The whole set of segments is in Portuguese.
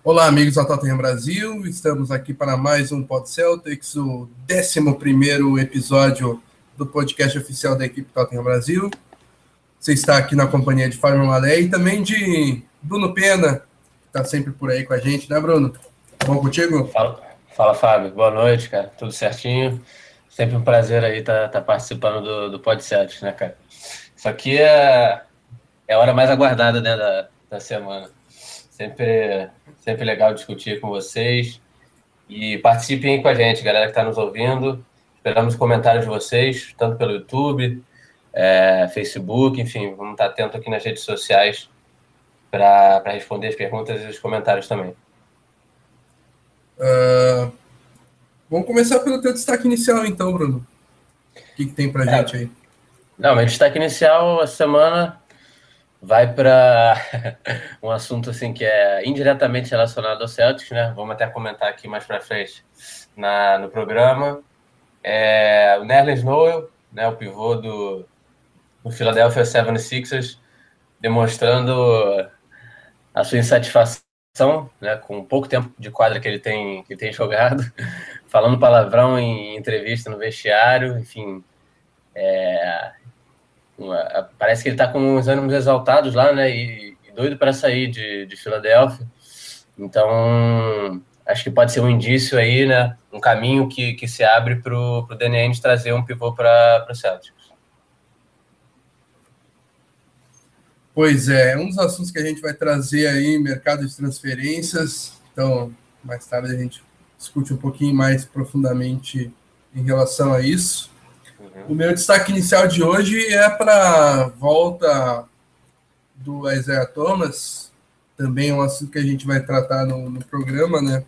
Olá, amigos da Tottenham Brasil, estamos aqui para mais um Pod Celtics, o 11º episódio do podcast oficial da equipe Tottenham Brasil. Você está aqui na companhia de Fábio Malé e também de Bruno Pena, que está sempre por aí com a gente, né, Bruno? Bom contigo? Fala, Fábio. Boa noite, cara. Tudo certinho? Sempre um prazer aí estar participando do Pod Celtics, né, cara? Isso aqui é a hora mais aguardada, né, da semana. Sempre legal discutir com vocês. E participem aí com a gente, galera que está nos ouvindo. Esperamos comentários de vocês, tanto pelo YouTube, Facebook, enfim, vamos estar atento aqui nas redes sociais para responder as perguntas e os comentários também. Vamos começar pelo teu destaque inicial, então, Bruno. O que tem pra gente aí? Não, meu destaque inicial essa semana vai para um assunto assim que é indiretamente relacionado ao Celtics, né? Vamos até comentar aqui mais para frente no programa. O Nerlens Noel, né, o pivô do Philadelphia 76ers, demonstrando a sua insatisfação, né, com pouco tempo de quadra que ele tem jogado, falando palavrão em entrevista no vestiário, enfim. Parece que ele está com os ânimos exaltados lá, né? E doido para sair de Filadélfia. Então, acho que pode ser um indício aí, né? Um caminho que se abre para o Danny Ainge trazer um pivô para o Celtics. Pois é um dos assuntos que a gente vai trazer aí, mercado de transferências. Então, mais tarde a gente discute um pouquinho mais profundamente em relação a isso. O meu destaque inicial de hoje é para a volta do Isaiah Thomas, também é um assunto que a gente vai tratar no programa, né?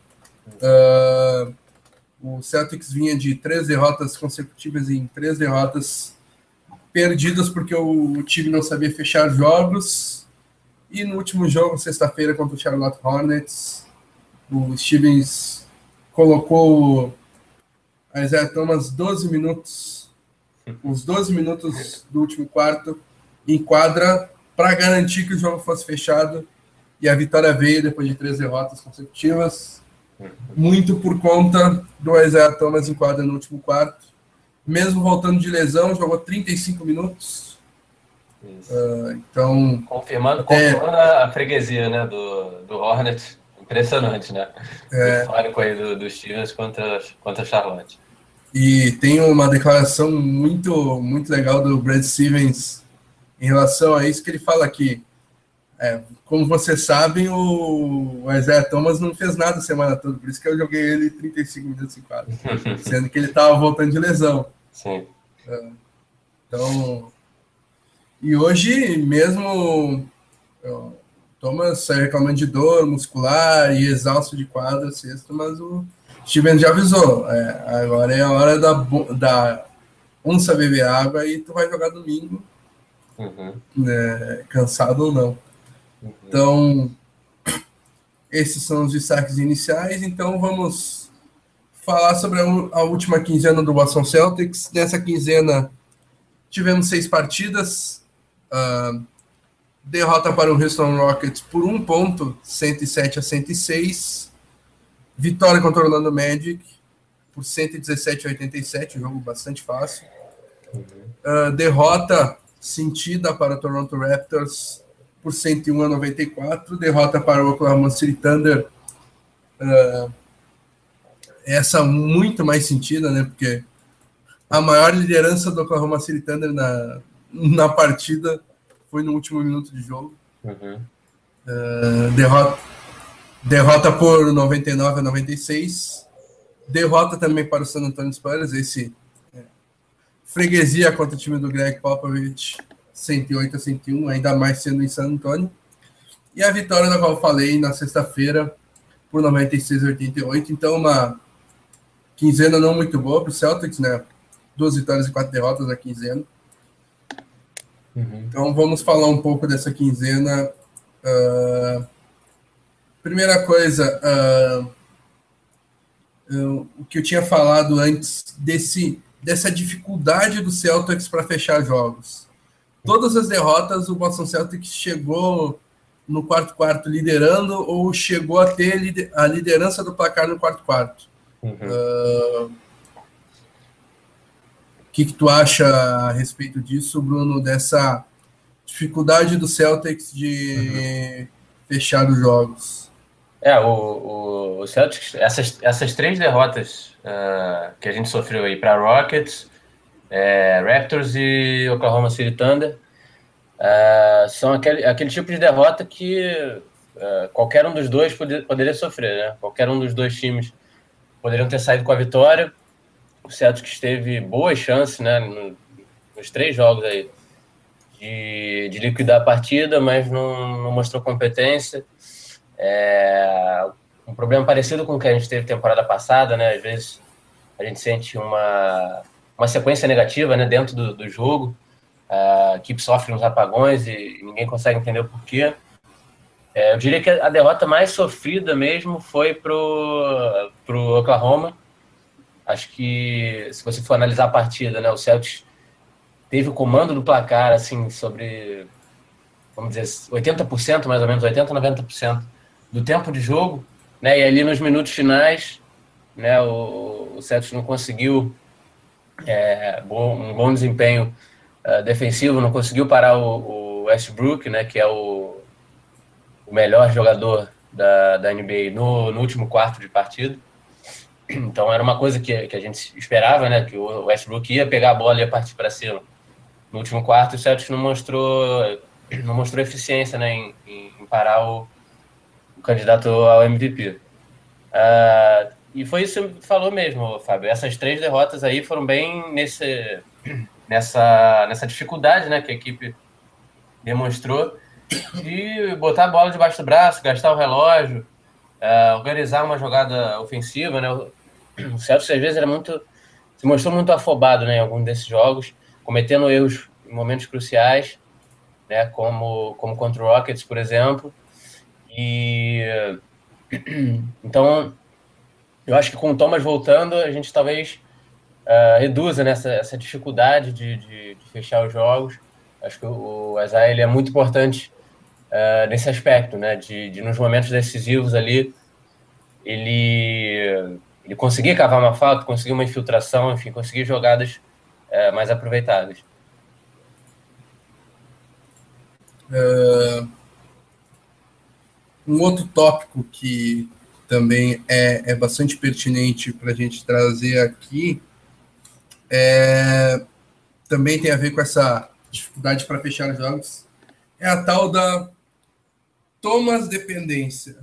O Celtics vinha de 3 derrotas consecutivas em 3 derrotas perdidas porque o time não sabia fechar jogos. E no último jogo, sexta-feira, contra o Charlotte Hornets, o Stevens colocou a Isaiah Thomas 12 minutos, os 12 minutos do último quarto, em quadra, para garantir que o jogo fosse fechado. E a vitória veio depois de 3 derrotas consecutivas, muito por conta do Isaiah Thomas em quadra no último quarto. Mesmo voltando de lesão, jogou 35 minutos. Então, confirmando a freguesia, né, do Hornets. Impressionante, né? O histórico aí do Stevens contra Charlotte. E tem uma declaração muito, muito legal do Brad Stevens em relação a isso, que ele fala que, como vocês sabem, o Isaiah Thomas não fez nada a semana toda, por isso que eu joguei ele 35 minutos em quadra, sendo que ele estava voltando de lesão. Sim. Então, e hoje mesmo o Thomas saiu reclamando de dor muscular e exausto de quadra sexta, mas o Steven já avisou, agora é a hora da onça beber água e tu vai jogar domingo, né, cansado ou não. Então, esses são os destaques iniciais. Então, vamos falar sobre a última quinzena do Boston Celtics. Nessa quinzena, tivemos 6 partidas. Derrota para o Houston Rockets por 1 ponto, 107-106. Vitória contra o Orlando Magic por 117-87, jogo bastante fácil. Derrota sentida para o Toronto Raptors por 101-94. Derrota para o Oklahoma City Thunder. Essa muito mais sentida, né? Porque a maior liderança do Oklahoma City Thunder na partida foi no último minuto de jogo. Derrota por 99-96. Derrota também para o San Antonio Spurs. Freguesia contra o time do Greg Popovich, 108-101, ainda mais sendo em San Antonio. E a vitória da qual eu falei na sexta-feira por 96-88. Então, uma quinzena não muito boa para o Celtics, né? 2 vitórias e 4 derrotas na quinzena. Então, vamos falar um pouco dessa quinzena. Primeira coisa, o que eu tinha falado antes dessa dificuldade do Celtics para fechar jogos. Todas as derrotas, o Boston Celtics chegou no quarto liderando ou chegou a ter a liderança do placar no quarto. O que tu acha a respeito disso, Bruno, dessa dificuldade do Celtics de fechar os jogos? O Celtics, essas 3 derrotas que a gente sofreu aí para Rockets, Raptors e Oklahoma City Thunder, são aquele tipo de derrota que qualquer um dos dois poderia sofrer, né? Qualquer um dos dois times poderiam ter saído com a vitória. O Celtics teve boas chances, né, nos 3 jogos aí de liquidar a partida, mas não mostrou competência. Um problema parecido com o que a gente teve temporada passada, né? Às vezes a gente sente uma sequência negativa, né, dentro do jogo. A equipe sofre uns apagões e ninguém consegue entender o porquê. Eu diria que a derrota mais sofrida mesmo foi pro Oklahoma. Acho que, se você for analisar a partida, né, o Celtics teve o comando do placar, assim, sobre, vamos dizer, 80%, mais ou menos, 80%, 90% do tempo de jogo, né, e ali nos minutos finais, né, o Celtics não conseguiu um bom desempenho defensivo, não conseguiu parar o Westbrook, né, que é o melhor jogador da NBA no último quarto de partida. Então era uma coisa que a gente esperava, né, que o Westbrook ia pegar a bola e ia partir para cima no último quarto, e o Celtics não mostrou eficiência, né, em parar o candidato ao MVP. E foi isso que você falou mesmo, Fábio. Essas 3 derrotas aí foram bem nessa dificuldade, né, que a equipe demonstrou de botar a bola debaixo do braço, gastar o relógio, organizar uma jogada ofensiva, né? O Celtics às vezes se mostrou muito afobado, né, em algum desses jogos, cometendo erros em momentos cruciais, né, como contra o Rockets, por exemplo. E então eu acho que com o Thomas voltando, a gente talvez reduza, né, essa dificuldade de fechar os jogos. Acho que o Isaiah ele é muito importante nesse aspecto, né, de nos momentos decisivos ali, ele conseguir cavar uma falta, conseguir uma infiltração, enfim, conseguir jogadas mais aproveitáveis. Um outro tópico que também é bastante pertinente para a gente trazer aqui também tem a ver com essa dificuldade para fechar os jogos, é a tal da Thomas dependência.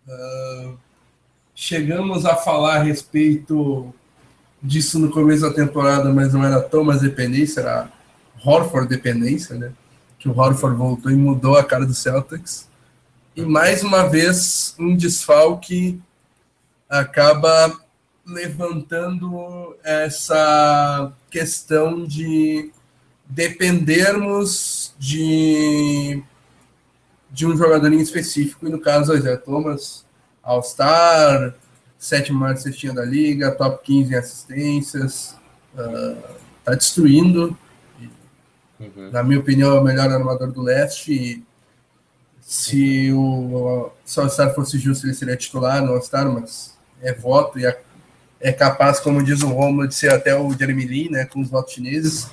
Chegamos a falar a respeito disso no começo da temporada, mas não era Thomas dependência, era Horford dependência, né? Que o Horford voltou e mudou a cara do Celtics. E mais uma vez, um desfalque acaba levantando essa questão de dependermos de um jogador em específico, e no caso, o Isaiah Thomas, All-Star, 7ª maior cestinha da liga, top 15 em assistências, tá destruindo. Na minha opinião, é o melhor armador do leste. E se o All-Star fosse justo, ele seria titular no All-Star, mas é voto e é capaz, como diz o Romulo, de ser até o Jeremy Lin, né, com os votos chineses.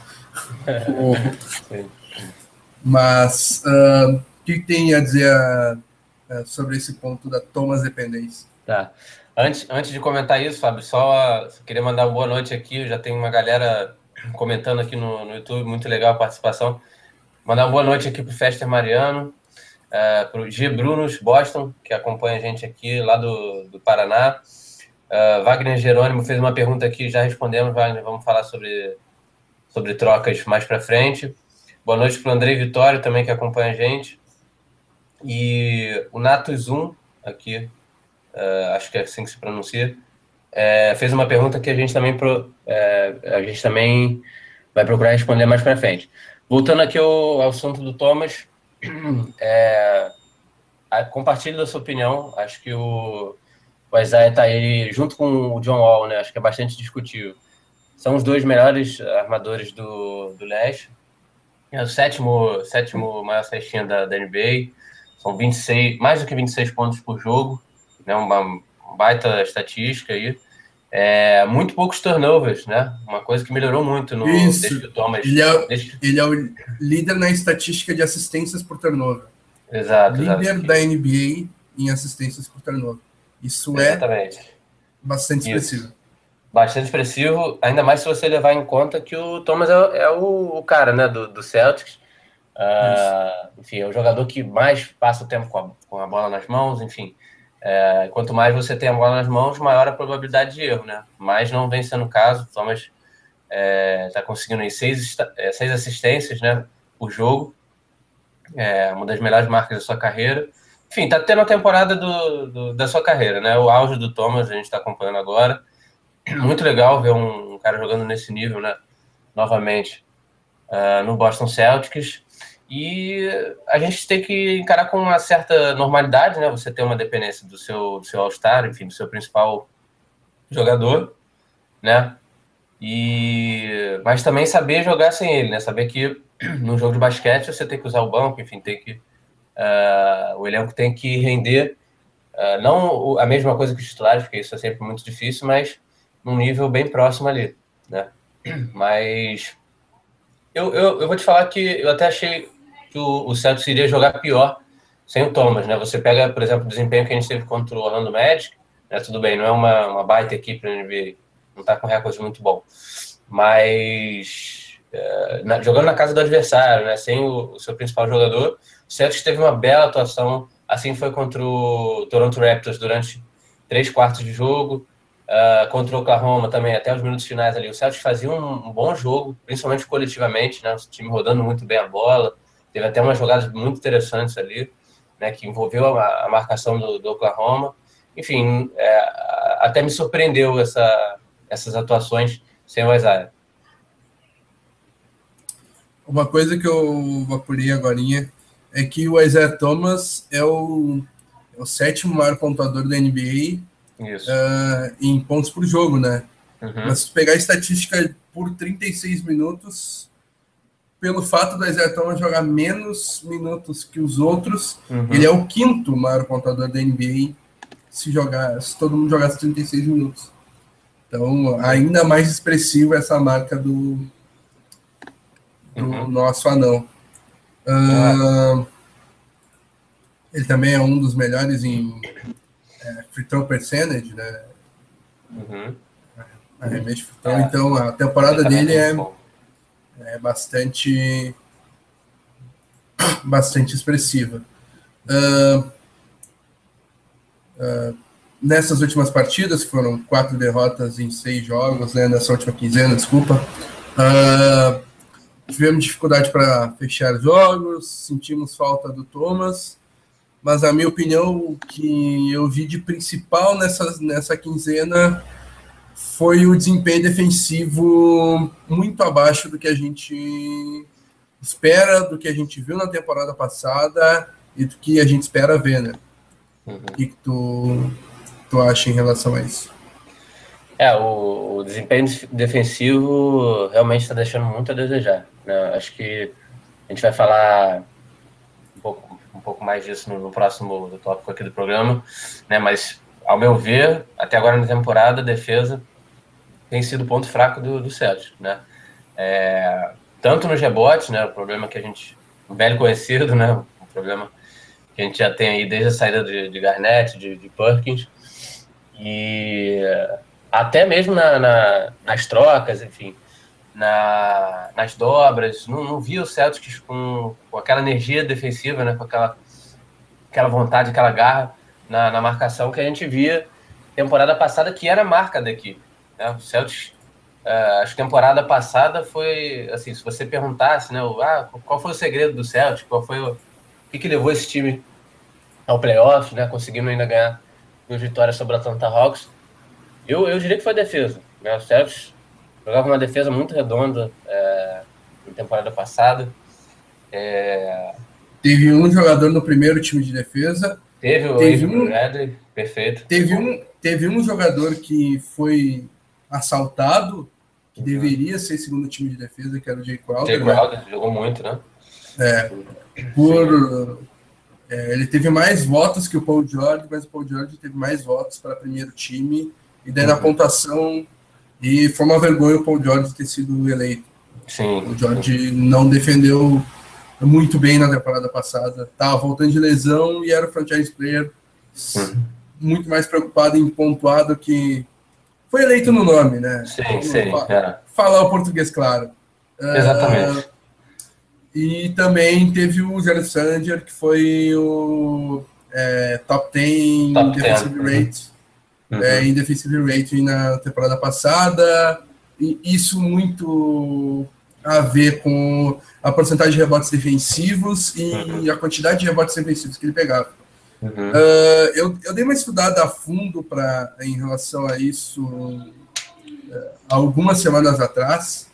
Mas o que tem a dizer sobre esse ponto da Thomas dependência? Tá. Antes de comentar isso, Fábio, só queria mandar uma boa noite aqui. Já tem uma galera comentando aqui no YouTube, muito legal a participação. Mandar uma boa noite aqui para o Fester Mariano, para o G. Brunos Boston, que acompanha a gente aqui lá do Paraná. Wagner Jerônimo fez uma pergunta aqui, já respondemos, Wagner, vamos falar sobre trocas mais para frente. Boa noite para o Andrei Vitório também, que acompanha a gente. E o Nato Zoom, aqui, acho que é assim que se pronuncia, fez uma pergunta que a gente também vai procurar responder mais para frente. Voltando aqui ao assunto do Thomas, compartilho da sua opinião. Acho que o Isaiah está aí junto com o John Wall, né? Acho que é bastante discutível. São os 2 melhores armadores do leste. É o sétimo maior cestinha da NBA. São 26, mais do que 26 pontos por jogo, né? Uma baita estatística aí. Muito poucos turnovers, né? Uma coisa que melhorou muito desde que o Thomas... Ele é o líder na estatística de assistências por turnover. Exato. Líder da NBA em assistências por turnover. Isso Exatamente. Bastante expressivo. Bastante expressivo, ainda mais se você levar em conta que o Thomas é o cara, né, do Celtics. Enfim, é o jogador que mais passa o tempo com a bola nas mãos, enfim. Quanto mais você tem a bola nas mãos, maior a probabilidade de erro, né? Mas não vem sendo o caso. O Thomas está conseguindo aí 6 assistências, né, por jogo. Uma das melhores marcas da sua carreira. Enfim, tá tendo a temporada da sua carreira, né? O auge do Thomas a gente está acompanhando agora. Muito legal ver um cara jogando nesse nível, né? Novamente, no Boston Celtics. E a gente tem que encarar com uma certa normalidade, né? Você tem uma dependência do seu All-Star, enfim, do seu principal jogador, né? Mas também saber jogar sem ele, né? Saber que no jogo de basquete você tem que usar o banco, enfim, o elenco tem que render, não a mesma coisa que os titulares, porque isso é sempre muito difícil, mas num nível bem próximo ali, né? Mas eu vou te falar que eu até achei que o Celtics iria jogar pior sem o Thomas, né? Você pega, por exemplo, o desempenho que a gente teve contra o Orlando Magic, né? Tudo bem, não é uma baita equipe na NBA, não tá com recorde muito bom, mas jogando na casa do adversário, né? Sem o seu principal jogador, o Celtics teve uma bela atuação, assim foi contra o Toronto Raptors durante 3 quartos de jogo, contra o Oklahoma também, até os minutos finais ali. O Celtics fazia um bom jogo, principalmente coletivamente, né? O time rodando muito bem a bola, teve até umas jogadas muito interessantes ali, né? Que envolveu a marcação do Oklahoma. Enfim, até me surpreendeu essas atuações sem o Isaiah. Uma coisa que eu apurei agora é que o Isaiah Thomas é o 7º maior pontuador da NBA em pontos por jogo, né? Uhum. Mas se tu pegar a estatística por 36 minutos, pelo fato do Isaiah Thomas jogar menos minutos que os outros, ele é o 5º maior pontuador da NBA se todo mundo jogasse 36 minutos. Então, ainda mais expressiva essa marca do nosso anão. Ele também é um dos melhores em free throw percentage, né? Arremesso de free throw. Então, a temporada dele é bastante expressiva. Nessas últimas partidas, foram 4 derrotas em 6 jogos, né? Nessa última quinzena, desculpa. Tivemos dificuldade para fechar jogos, sentimos falta do Thomas, mas a minha opinião, o que eu vi de principal nessa quinzena foi o desempenho defensivo muito abaixo do que a gente espera, do que a gente viu na temporada passada e do que a gente espera ver, né? O que tu acha em relação a isso? O desempenho defensivo realmente está deixando muito a desejar, né? Acho que a gente vai falar um pouco mais disso no próximo tópico aqui do programa, né? Mas, ao meu ver, até agora na temporada, a defesa tem sido o ponto fraco do Celtics, né? Tanto nos rebotes, né? O problema que um velho conhecido, né? O problema que a gente já tem aí desde a saída de Garnett, de Perkins, e até mesmo nas trocas, enfim, nas dobras, não vi o Celtics com aquela energia defensiva, né, com aquela vontade, aquela garra na marcação que a gente via temporada passada, que era a marca da equipe, né? O Celtics, acho que temporada passada foi, assim, se você perguntasse, né, qual foi o segredo do Celtics, o que levou esse time ao playoff, né, conseguindo ainda ganhar 2 vitórias sobre a Atlanta Hawks, eu diria que foi a defesa, né? O Celtics jogava uma defesa muito redonda na temporada passada. Teve um jogador no primeiro time de defesa. Teve um Bradley, perfeito. Teve um jogador que foi assaltado, que deveria ser segundo time de defesa, que era o Jay Crowder. Jay Crowder, né? Jogou muito, né? Ele teve mais votos que o Paul George, mas o Paul George teve mais votos para primeiro time, e daí na pontuação, e foi uma vergonha o Paul George ter sido eleito. Sim. O George não defendeu muito bem na temporada passada, estava voltando de lesão e era o franchise player muito mais preocupado em pontuar do que... Foi eleito no nome, né? Sim. Falar o português claro. Exatamente. E também teve o Jalen Sanger, que foi o top 10 defensive rate, em defensive rating na temporada passada. E isso muito a ver com a porcentagem de rebotes defensivos e a quantidade de rebotes defensivos que ele pegava. Eu dei uma estudada a fundo em relação a isso algumas semanas atrás,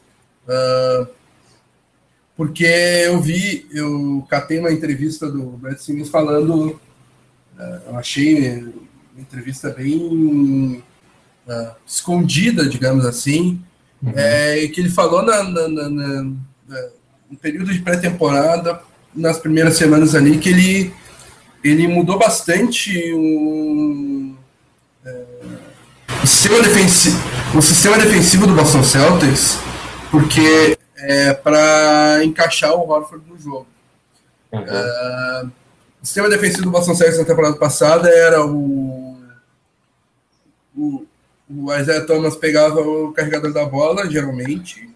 porque eu catei uma entrevista do Brad Simmons falando, eu achei uma entrevista bem escondida, digamos assim, que ele falou no período de pré-temporada, nas primeiras semanas ali, que ele mudou bastante o sistema defensivo do Boston Celtics, porque para encaixar o Horford no jogo. O sistema defensivo do Boston Celtics na temporada passada era o Isaiah Thomas pegava o carregador da bola, geralmente,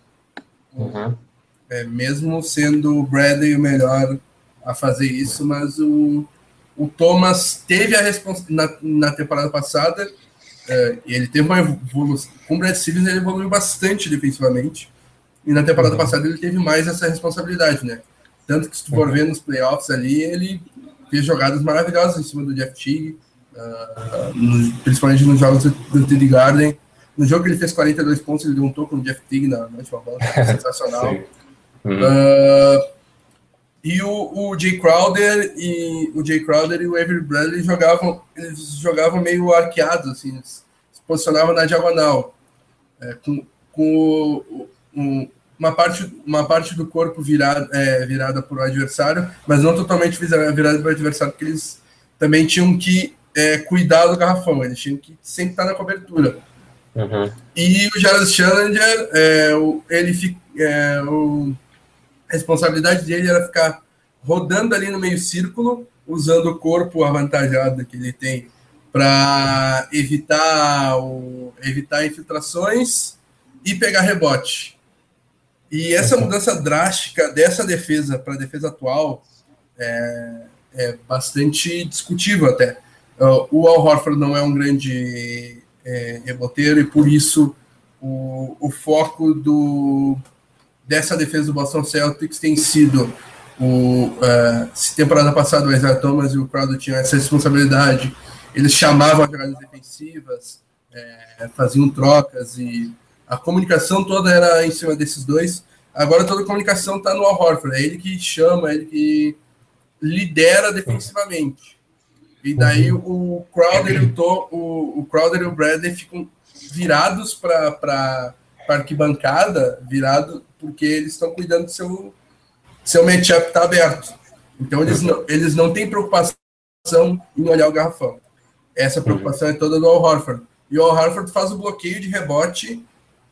mesmo sendo o Bradley o melhor a fazer isso, mas o Thomas teve a responsabilidade na temporada passada, e ele teve uma evolução. Com o Brad Stevens ele evoluiu bastante defensivamente, e na temporada passada ele teve mais essa responsabilidade, né? Tanto que se tu for ver nos playoffs ali, ele fez jogadas maravilhosas em cima do Jeff Teague, principalmente nos jogos do TD Garden. No jogo que ele fez 42 pontos, ele deu um toco no Jeff Teague na última bola, sensacional. E o Jay Crowder e o Avery Bradley jogavam meio arqueados, assim, se posicionavam na diagonal, com uma parte do corpo virada para o adversário, mas não totalmente virada para o adversário, porque eles também tinham que cuidar do garrafão, eles tinham que sempre estar na cobertura. E o Jared Challenger, a responsabilidade dele era ficar rodando ali no meio círculo, usando o corpo avantajado que ele tem para evitar infiltrações e pegar rebote. E essa mudança drástica dessa defesa para a defesa atual é bastante discutível até. O Al Horford não é um grande reboteiro e por isso o foco dessa defesa do Boston Celtics tem sido se temporada passada o Isaiah Thomas e o Crowder tinham essa responsabilidade, eles chamavam as jogadas defensivas, faziam trocas e a comunicação toda era em cima desses dois. Agora toda a comunicação está no Al Horford, é ele que chama, ele que lidera defensivamente. E daí o Crowder e o Bradley ficam virados para arquibancada, porque eles estão cuidando do seu matchup está aberto. Então eles não têm preocupação em olhar o garrafão. Essa preocupação é toda do Al Horford. E o Al Horford faz o bloqueio de rebote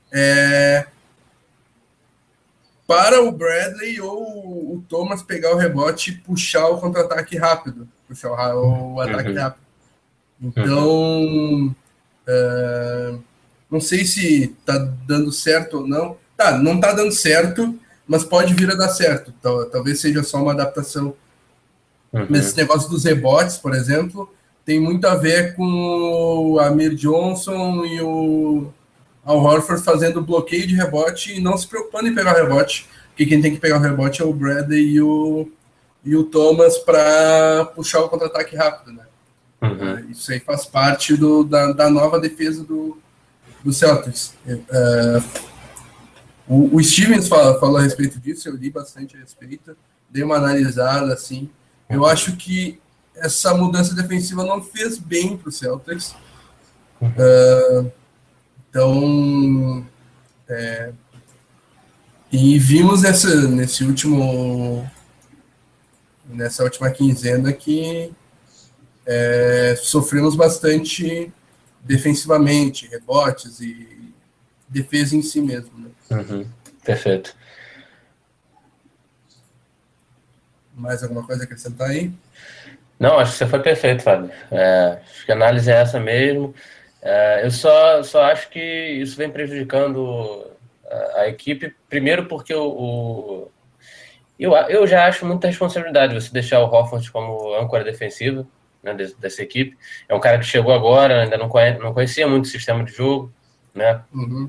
para o Bradley ou o Thomas pegar o rebote e puxar o contra-ataque rápido, puxar o ataque rápido. Então, não sei se está dando certo ou não. Não está dando certo, mas pode vir a dar certo. Talvez seja só uma adaptação. Nesse negócio dos rebotes, por exemplo, tem muito a ver com o Amir Johnson e o Al Horford fazendo bloqueio de rebote e não se preocupando em pegar o rebote, porque quem tem que pegar o rebote é o Bradley e o Thomas para puxar o contra-ataque rápido, né? Isso aí faz parte da nova defesa do Celtics. O Stevens falou a respeito disso, eu li bastante a respeito, dei uma analisada, assim. Eu acho que essa mudança defensiva não fez bem para o Celtics. Então, e vimos nesse último nessa última quinzena que sofremos bastante defensivamente, rebotes e defesa em si mesmo. Né? Perfeito. Mais alguma coisa a acrescentar aí? Não, acho que você foi perfeito, Fábio. Acho que a análise é essa mesmo. Eu só acho que isso vem prejudicando a equipe, primeiro porque eu já acho muita responsabilidade você deixar o Horford como âncora defensiva, né, dessa equipe. É um cara que chegou agora, ainda não conhecia muito o sistema de jogo, né?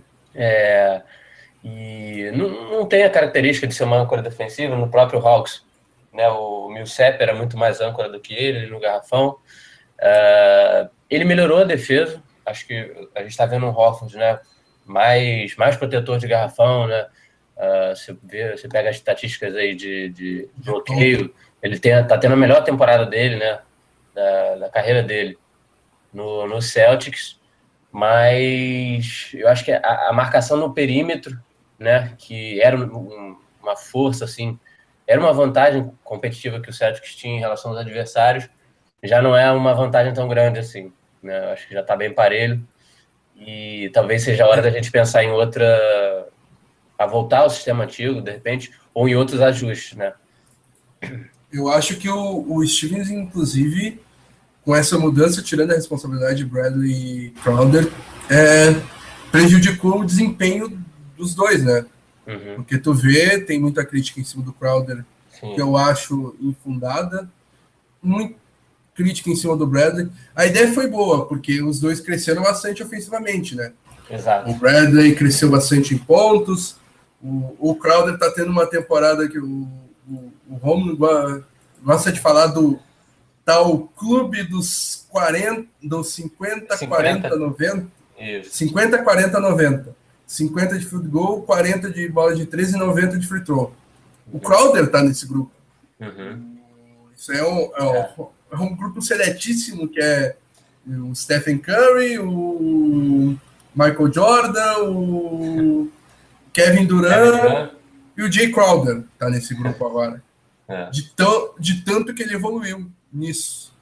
E não tem a característica de ser uma âncora defensiva no próprio Hawks. Né, o Millsap era muito mais âncora do que ele no garrafão. Ele melhorou a defesa. Acho que a gente está vendo um Horford, né, mais protetor de garrafão, né? Você pega as estatísticas aí de bloqueio, ele tá tendo a melhor temporada dele, né, da carreira dele no Celtics, mas eu acho que a marcação no perímetro, né, que era uma força, assim, era uma vantagem competitiva que o Celtics tinha em relação aos adversários, já não é uma vantagem tão grande assim, né? Eu acho que já está bem parelho e talvez seja a hora da gente pensar em outra, a voltar ao sistema antigo, de repente, ou em outros ajustes, né? Eu acho que o Stevens, inclusive, com essa mudança, tirando a responsabilidade de Bradley e Crowder, prejudicou o desempenho dos dois, né? Porque tu vê, tem muita crítica em cima do Crowder, que eu acho infundada, muita crítica em cima do Bradley. A ideia foi boa, porque os dois cresceram bastante ofensivamente, né? Exato. O Bradley cresceu bastante em pontos, o Crowder tá tendo uma temporada que o Romulo gosta de falar do tal clube dos 40, dos 50, 40, 90. Isso. 50, 40, 90. 50 de field goal, 40 de bola de 3 e 90 de free throw. O Crowder tá nesse grupo. Isso é um grupo seletíssimo, que é o Stephen Curry, o Michael Jordan, o Kevin Durant e o Jay Crowder tá nesse grupo agora. De tanto que ele evoluiu nisso.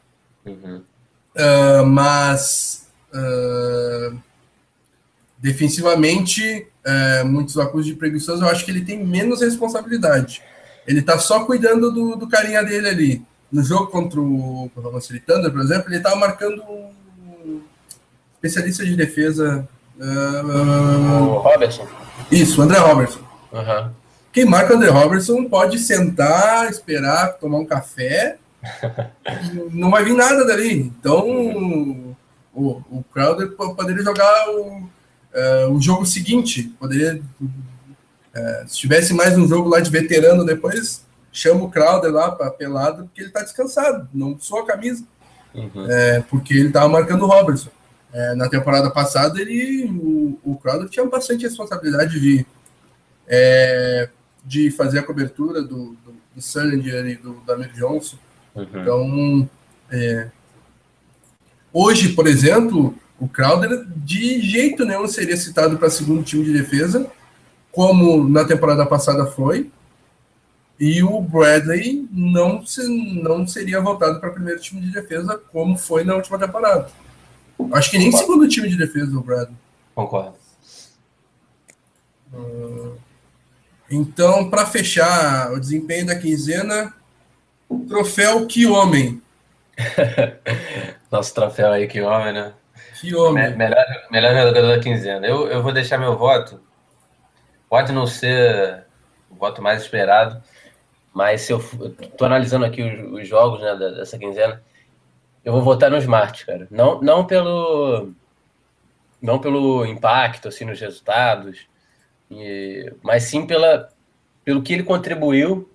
Mas defensivamente, muitos acusos de preguiçoso, eu acho que ele tem menos responsabilidade. Ele tá só cuidando do carinha dele ali. No jogo contra o City Thunder, por exemplo, ele tava marcando um especialista de defesa. O Robertson? Isso, o André Robertson. Quem marca o André Robertson pode sentar, esperar, tomar um café, não vai vir nada dali. Então, o Crowder poderia jogar o jogo seguinte, poderia, se tivesse mais um jogo lá de veterano depois, chama o Crowder lá para pelada, porque ele tá descansado, não suou a camisa, porque ele tava marcando o Robertson. Na temporada passada, o Crowder tinha bastante responsabilidade de fazer a cobertura do Sullinger e do Amir Johnson. Então, hoje, por exemplo, o Crowder de jeito nenhum seria citado para segundo time de defesa, como na temporada passada foi, e o Bradley não seria voltado para primeiro time de defesa, como foi na última temporada. Acho que nem segundo time de defesa o Bradley. Concordo. Então, para fechar o desempenho da quinzena, troféu Que Homem. Nosso troféu aí, Que Homem, né? Que Homem. Melhor jogador da quinzena. Eu vou deixar meu voto. Pode não ser o voto mais esperado, mas se eu tô analisando aqui os jogos, né, dessa quinzena, eu vou votar no Smart, cara. Não pelo impacto assim nos resultados, mas sim pelo que ele contribuiu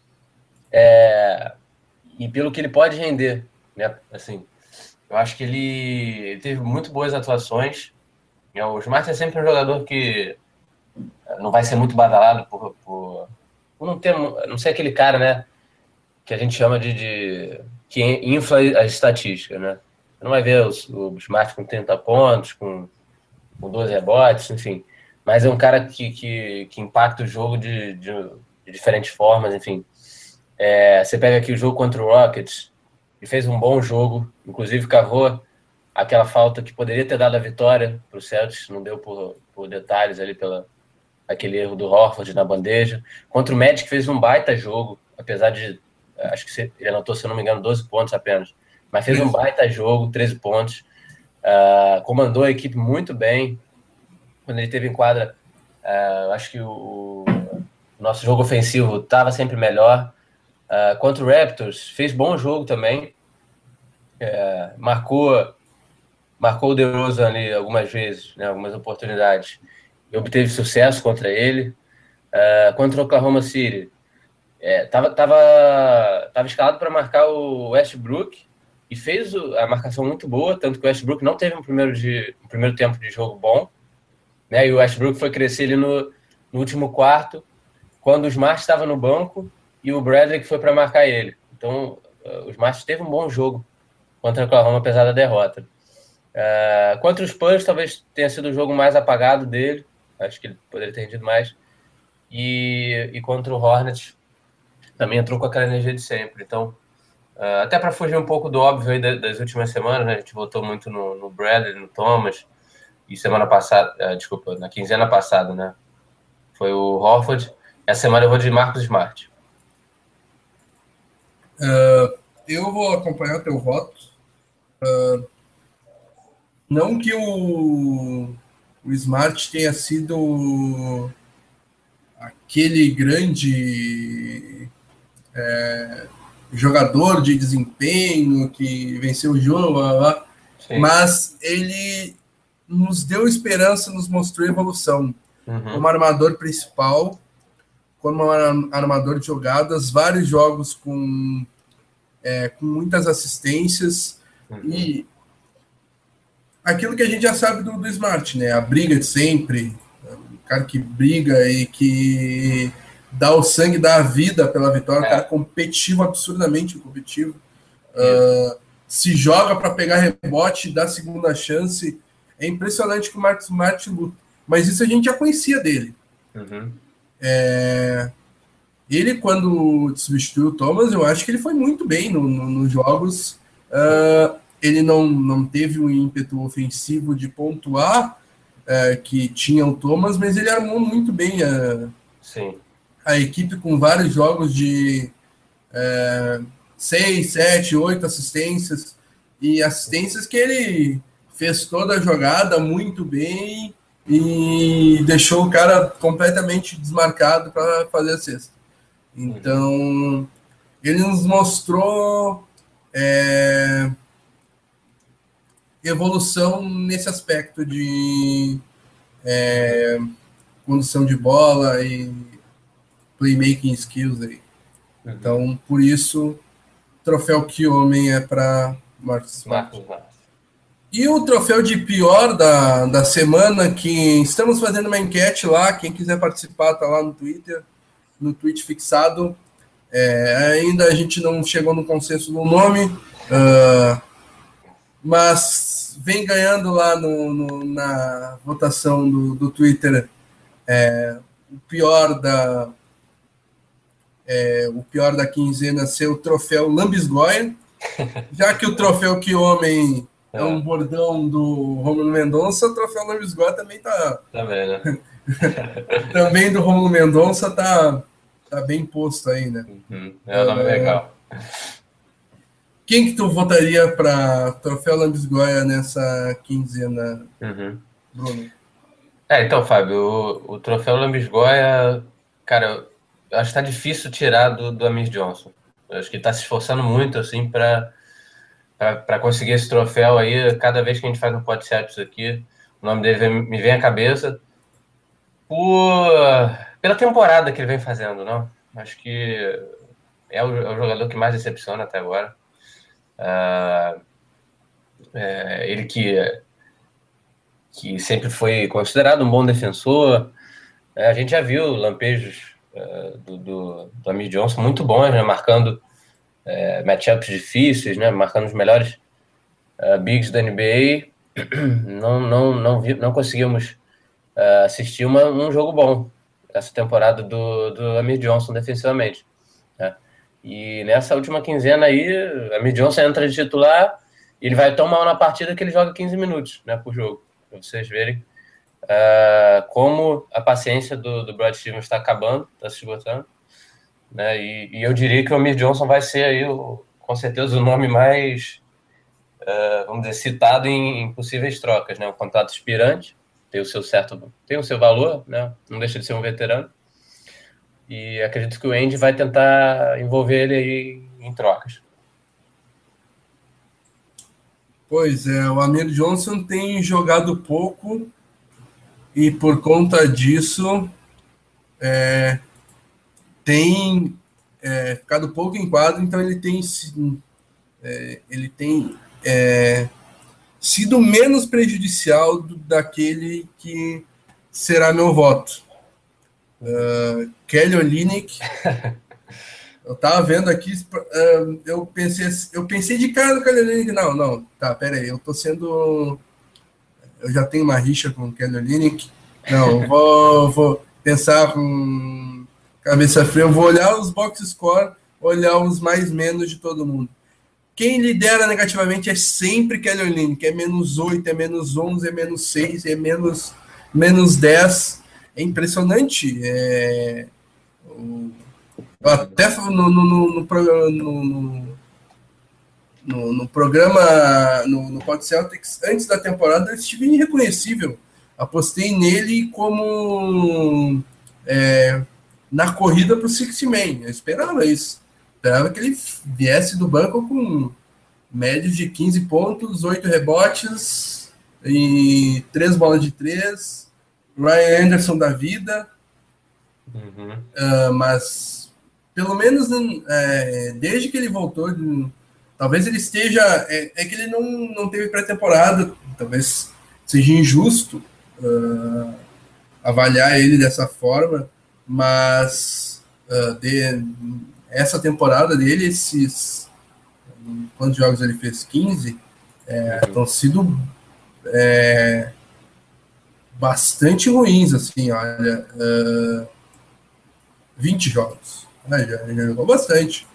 e pelo que ele pode render, né? Assim, eu acho que ele teve muito boas atuações. O Smart é sempre um jogador que não vai ser muito badalado por não ser aquele cara, né, que a gente chama que infla as estatísticas, né? Você não vai ver o Smart com 30 pontos, com 12 rebotes, enfim. Mas é um cara que impacta o jogo de diferentes formas, enfim. Você pega aqui o jogo contra o Rockets, ele fez um bom jogo, inclusive cavou aquela falta que poderia ter dado a vitória para o Celtics, não deu por detalhes ali, aquele erro do Horford na bandeja. Contra o Magic fez um baita jogo, apesar de, acho que ele anotou, se eu não me engano, 12 pontos apenas, mas fez um baita jogo, 13 pontos, comandou a equipe muito bem. Quando ele teve em quadra, acho que o nosso jogo ofensivo estava sempre melhor. Contra o Raptors, fez bom jogo também, marcou o DeRozan ali algumas vezes, né, algumas oportunidades, e obteve sucesso contra ele. Contra o Oklahoma City, tava escalado para marcar o Westbrook e fez a marcação muito boa, tanto que o Westbrook não teve um primeiro tempo de jogo bom, né, e o Westbrook foi crescer ali no último quarto, quando o Smart estava no banco e o Bradley que foi para marcar ele. Então, o Smart teve um bom jogo contra o Oklahoma, apesar da derrota. Contra os Spurs, talvez tenha sido o jogo mais apagado dele. Acho que ele poderia ter rendido mais. E contra o Hornets, também entrou com aquela energia de sempre. Então, até para fugir um pouco do óbvio aí das últimas semanas, né? A gente votou muito no Bradley, no Thomas. E semana passada, na quinzena passada, né? Foi o Horford. Essa semana eu vou de Marcus Smart. Eu vou acompanhar o teu voto. Não que o Smart tenha sido aquele grande jogador de desempenho que venceu o jogo, mas ele nos deu esperança, nos mostrou evolução. Como armador principal, como armador de jogadas, vários jogos com muitas assistências e aquilo que a gente já sabe do Smart, né? A briga de sempre, o cara que briga e que dá o sangue, dá a vida pela vitória, o cara competitivo, absurdamente competitivo. Se joga para pegar rebote, dá segunda chance. É impressionante que o Marcus Smart luta. Mas isso a gente já conhecia dele. Ele, quando substituiu o Thomas, eu acho que ele foi muito bem nos jogos. Ele não teve um ímpeto ofensivo de pontuar que tinha o Thomas, mas ele armou muito bem a equipe com vários jogos de 6, 7, 8 assistências, e assistências que ele fez toda a jogada muito bem e deixou o cara completamente desmarcado para fazer a cesta. Então, ele nos mostrou evolução nesse aspecto de condução de bola e playmaking skills aí. Então, por isso, troféu que homem é para Marcus Smart. E o troféu de pior da semana, que estamos fazendo uma enquete lá, quem quiser participar tá lá no Twitter, no tweet fixado. Ainda a gente não chegou no consenso no nome, mas vem ganhando lá na votação do Twitter o pior da quinzena ser o troféu Lambisgoia, já que o troféu que homem é um bordão do Rômulo Mendonça, o troféu Lambisgoia também tá bem, né? Também do Rômulo Mendonça tá bem posto aí, né? É um nome legal. Quem que tu votaria para troféu Lambisgoia nessa quinzena, Bruno? Então, Fábio, o troféu Lambisgoia, cara, eu acho que tá difícil tirar do Amir Johnson. Eu acho que ele tá se esforçando muito, assim, para conseguir esse troféu aí. Cada vez que a gente faz um podcast aqui, o nome dele me vem à cabeça pela temporada que ele vem fazendo, não? Acho que é o jogador que mais decepciona até agora. Ele que sempre foi considerado um bom defensor. A gente já viu lampejos do Amir Johnson muito bons, né? Marcando matchups difíceis, né? Marcando os melhores bigs da NBA. Não conseguimos assistir um jogo bom essa temporada do Amir Johnson defensivamente, né? E nessa última quinzena aí, a Amir Johnson entra de titular e ele vai tão mal na partida que ele joga 15 minutos, né, por jogo, para vocês verem como a paciência do Brad Stevens está acabando, está se esgotando, né? E eu diria que o Amir Johnson vai ser aí, com certeza, o nome mais, vamos dizer, citado em possíveis trocas, né? Um contrato expirante, tem o seu valor, né? Não deixa de ser um veterano. E acredito que o Andy vai tentar envolver ele aí em trocas. Pois é, o Amir Johnson tem jogado pouco e por conta disso tem ficado pouco em quadro, então ele tem sido menos prejudicial daquele que será meu voto. Kelly Olynyk. Eu tava vendo aqui, eu pensei de cara no Kelly Olynyk. Não, tá, pera aí, eu já tenho uma rixa com o Kelly Olynyk. Não, vou pensar com cabeça fria, eu vou olhar os box score, olhar os mais menos de todo mundo. Quem lidera negativamente é sempre Kelly Olynyk, é -8, é -11, é -6, é menos 10. É impressionante. Até no programa, no Pod Celtics, antes da temporada, eu estive irreconhecível. Apostei nele como na corrida para o Sixth Man. Eu esperava isso. Esperava que ele viesse do banco com média de 15 pontos, 8 rebotes e 3 bolas de 3. Ryan Anderson da vida. Mas pelo menos desde que ele voltou, talvez ele esteja. É que ele não teve pré-temporada, talvez seja injusto avaliar ele dessa forma, mas essa temporada dele, quantos jogos ele fez? 15? Estão sido bastante ruins, assim, olha. 20 jogos. Já jogou bastante.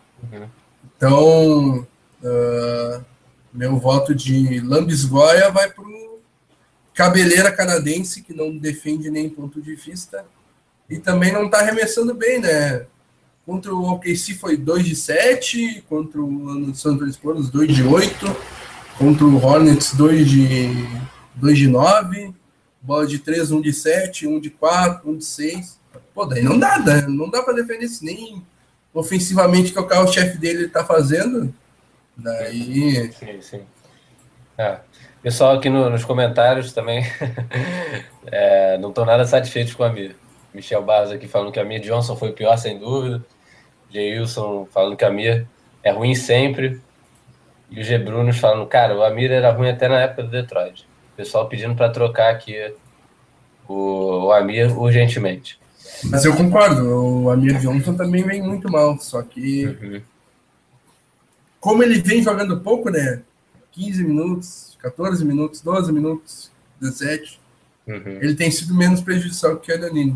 Então, meu voto de lambisgoia vai para o cabeleira canadense, que não defende nem ponto de vista, e também não está arremessando bem, né? Contra o OKC foi 2 de 7, contra o San Antonio Spurs 2 de 8, contra o Hornets 2 de 9, bola de 3, 1 de 7, 1 de 4, 1 de 6. Pô, daí não dá para defender isso, nem ofensivamente que o carro-chefe dele tá fazendo. Daí. Sim. Pessoal aqui nos comentários também não estão nada satisfeitos com a Amir. Michel Barros aqui falando que a Amir Johnson foi o pior, sem dúvida. Jay Wilson falando que a Amir é ruim sempre. E o G. Brunos falando, cara, o Amir era ruim até na época do Detroit. O pessoal pedindo para trocar aqui o Amir urgentemente. Mas eu concordo, o Amir Johnson também vem muito mal, só que como ele vem jogando pouco, né? 15 minutos, 14 minutos, 12 minutos, 17, ele tem sido menos prejudicial que o Danilo.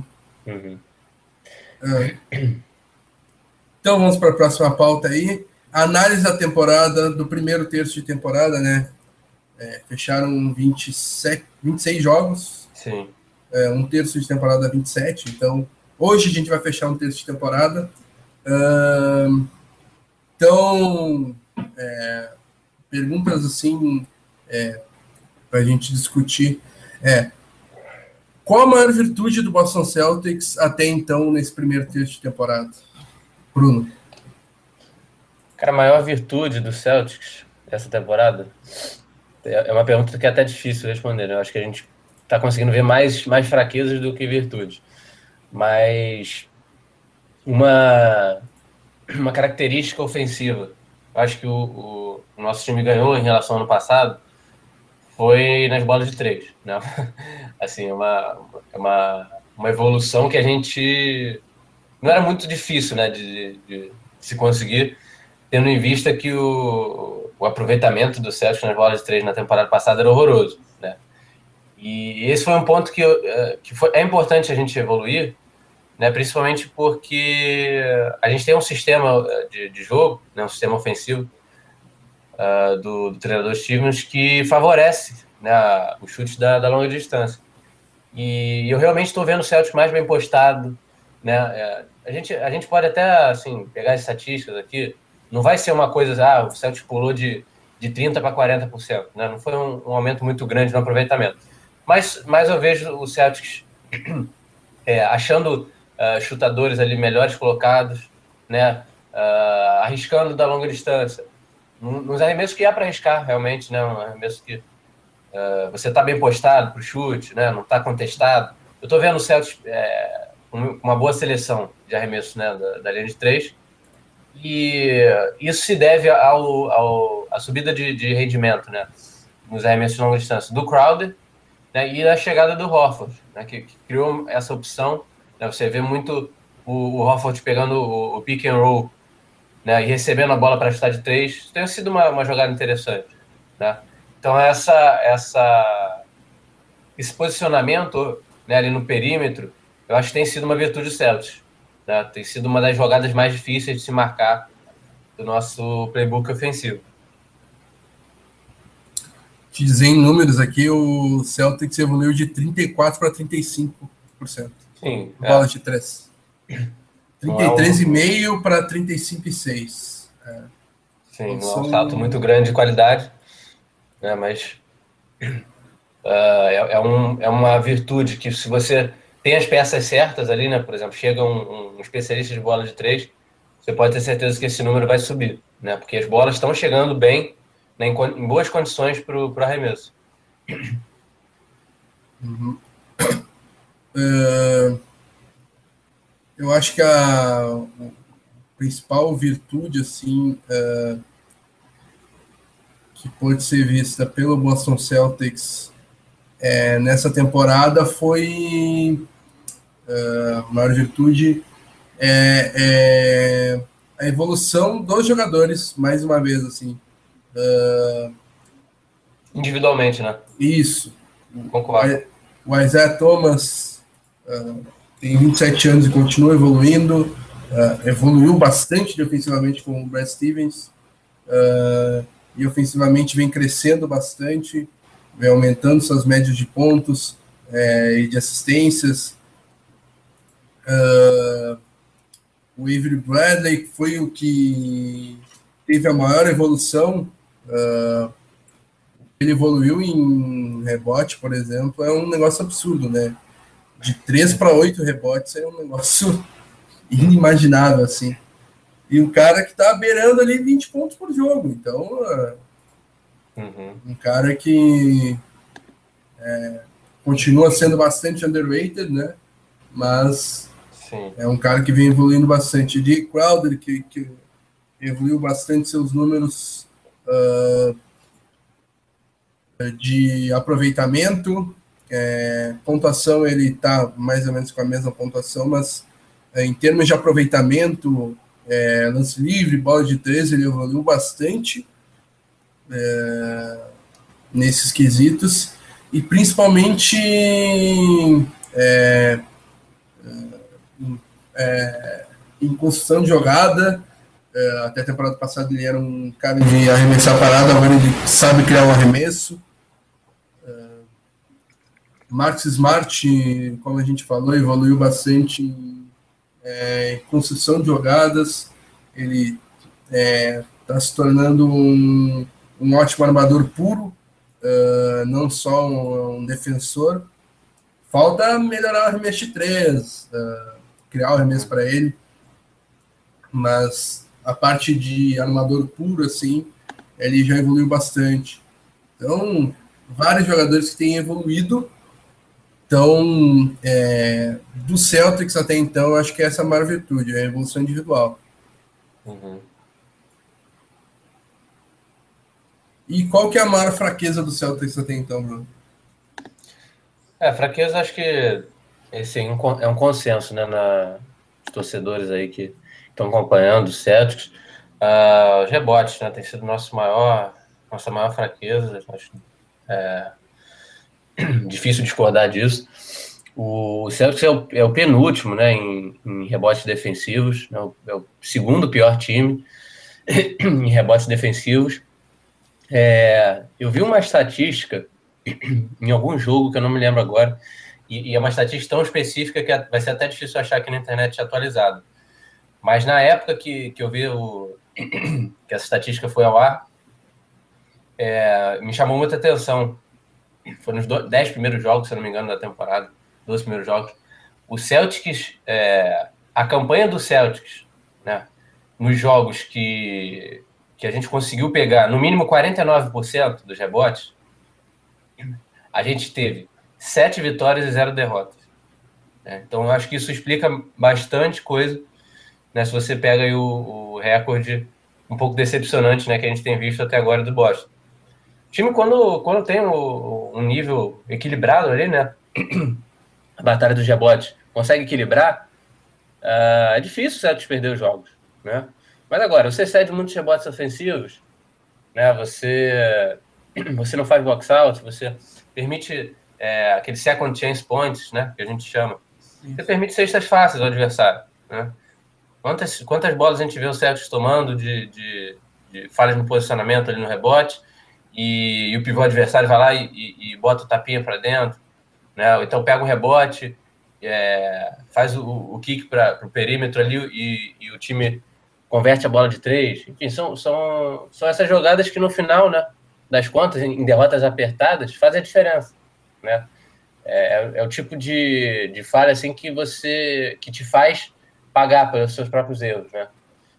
Então vamos para a próxima pauta aí. Análise da temporada, do primeiro terço de temporada, né? Fecharam 26 jogos. Sim. Um terço de temporada 27, então hoje a gente vai fechar um terço de temporada. Então, perguntas assim para a gente discutir. Qual a maior virtude do Boston Celtics até então nesse primeiro terço de temporada? Bruno. Cara, a maior virtude do Celtics essa temporada é uma pergunta que é até difícil responder, né? Eu acho que a gente está conseguindo ver mais fraquezas do que virtudes. Mas uma característica ofensiva, eu acho que o nosso time ganhou em relação ao ano passado, foi nas bolas de 3, né? Assim, uma evolução que a gente... Não era muito difícil, né, de se conseguir, tendo em vista que o aproveitamento do Celtics nas bolas de 3 na temporada passada era horroroso, né? E esse foi um ponto que é importante a gente evoluir, né? Principalmente porque a gente tem um sistema de jogo, né? Um sistema ofensivo do treinador Stevens que favorece, né, os chutes da longa distância. E eu realmente estou vendo o Celtics mais bem postado, né? A gente pode até assim, pegar as estatísticas aqui, não vai ser uma coisa, o Celtics pulou de 30% para 40%, né? Não foi um aumento muito grande no aproveitamento. Mas eu vejo o Celtics achando chutadores ali melhores colocados, né? Arriscando da longa distância. Nos arremessos que é para arriscar, realmente, né? Um arremesso que você está bem postado para o chute, né? Não está contestado. Eu estou vendo o Celtics com uma boa seleção de arremessos, né? Da linha de 3. E isso se deve à subida de rendimento, né? Nos arremessos de longa distância do Crowder, né, e a chegada do Horford, né, que criou essa opção. Né, você vê muito o Horford pegando o pick and roll, né, e recebendo a bola para chutar de 3. Isso tem sido uma jogada interessante. Né? Então, esse posicionamento, né, ali no perímetro, eu acho que tem sido uma virtude do Celtics. Né? Tem sido uma das jogadas mais difíceis de se marcar do nosso playbook ofensivo. Te dizer em números aqui, o Celtics evoluiu de 34% para 35%. Sim. Bola de 3. 33,5% para 35,6%. Sim, não é um salto muito grande de qualidade, né, mas é uma virtude que, se você tem as peças certas ali, né, por exemplo, chega um especialista de bola de 3, você pode ter certeza que esse número vai subir, né, porque as bolas estão chegando bem, né, em boas condições para o arremesso. Uhum. Eu acho que a principal virtude, assim, que pode ser vista pelo Boston Celtics nessa temporada foi a maior virtude a evolução dos jogadores, mais uma vez, assim. Individualmente, né? Isso. Concordo. O Isaiah Thomas tem 27 anos e continua evoluindo. Evoluiu bastante ofensivamente com o Brad Stevens. E ofensivamente vem crescendo bastante, vem aumentando suas médias de pontos e de assistências. O Avery Bradley, que foi o que teve a maior evolução, ele evoluiu em rebote, por exemplo, é um negócio absurdo, né? De 3 para 8 rebotes é um negócio inimaginável, assim. E um cara que tá beirando ali 20 pontos por jogo, então um cara que continua sendo bastante underrated, né? Mas Sim. é um cara que vem evoluindo bastante. De Crowder, que evoluiu bastante seus números de aproveitamento. Pontuação, ele está mais ou menos com a mesma pontuação, mas em termos de aproveitamento, lance livre, bola de 3, ele evoluiu bastante nesses quesitos. E principalmente em construção de jogada. Até a temporada passada ele era um cara de arremessar parada, agora ele sabe criar um arremesso. Marcus Smart, como a gente falou, evoluiu bastante em construção de jogadas. Ele está se tornando um ótimo armador puro, não só um defensor. Falta melhorar o arremesso de 3, criar o arremesso para ele, mas a parte de armador puro, assim, ele já evoluiu bastante. Então, vários jogadores que têm evoluído. Então, do Celtics até então, acho que essa é a maior virtude, a evolução individual. E qual que é a maior fraqueza do Celtics até então, Bruno? Fraqueza, acho que assim, é um consenso, né, os torcedores aí que estão acompanhando os Celtics. Os rebotes, né, tem sido nossa maior fraqueza. Acho difícil discordar disso. O Celtics é o penúltimo, né, em rebotes defensivos, né, é o segundo pior time em rebotes defensivos. Eu vi uma estatística em algum jogo que eu não me lembro agora, e é uma estatística tão específica que vai ser até difícil achar aqui na internet atualizado. Mas na época que eu vi que essa estatística foi ao ar, me chamou muita atenção. Foi nos 10 primeiros jogos, se eu não me engano, da temporada, 12 primeiros jogos. O Celtics, a campanha do Celtics, né, nos jogos que a gente conseguiu pegar no mínimo 49% dos rebotes, a gente teve 7 vitórias e 0 derrotas. Né? Então, eu acho que isso explica bastante coisa, né, se você pega aí o recorde um pouco decepcionante, né, que a gente tem visto até agora do Boston. O time, quando tem um nível equilibrado ali, né, a batalha dos rebotes consegue equilibrar, é difícil o Celtics perder os jogos, né? Mas agora, você cede muitos rebotes ofensivos, né? Você não faz box out, você permite aquele second chance points, né? Que a gente chama. Você permite cestas fáceis ao adversário, né? Quantas bolas a gente vê o Celtics tomando de falhas no posicionamento ali no rebote e o pivô adversário vai lá e bota o tapinha para dentro, né? Ou então pega um rebote, faz o kick para o perímetro ali e o time converte a bola de 3. Enfim, são essas jogadas que no final, né, das contas, em derrotas apertadas, fazem a diferença, né? É o tipo de falha assim que te faz pagar pelos seus próprios erros, né?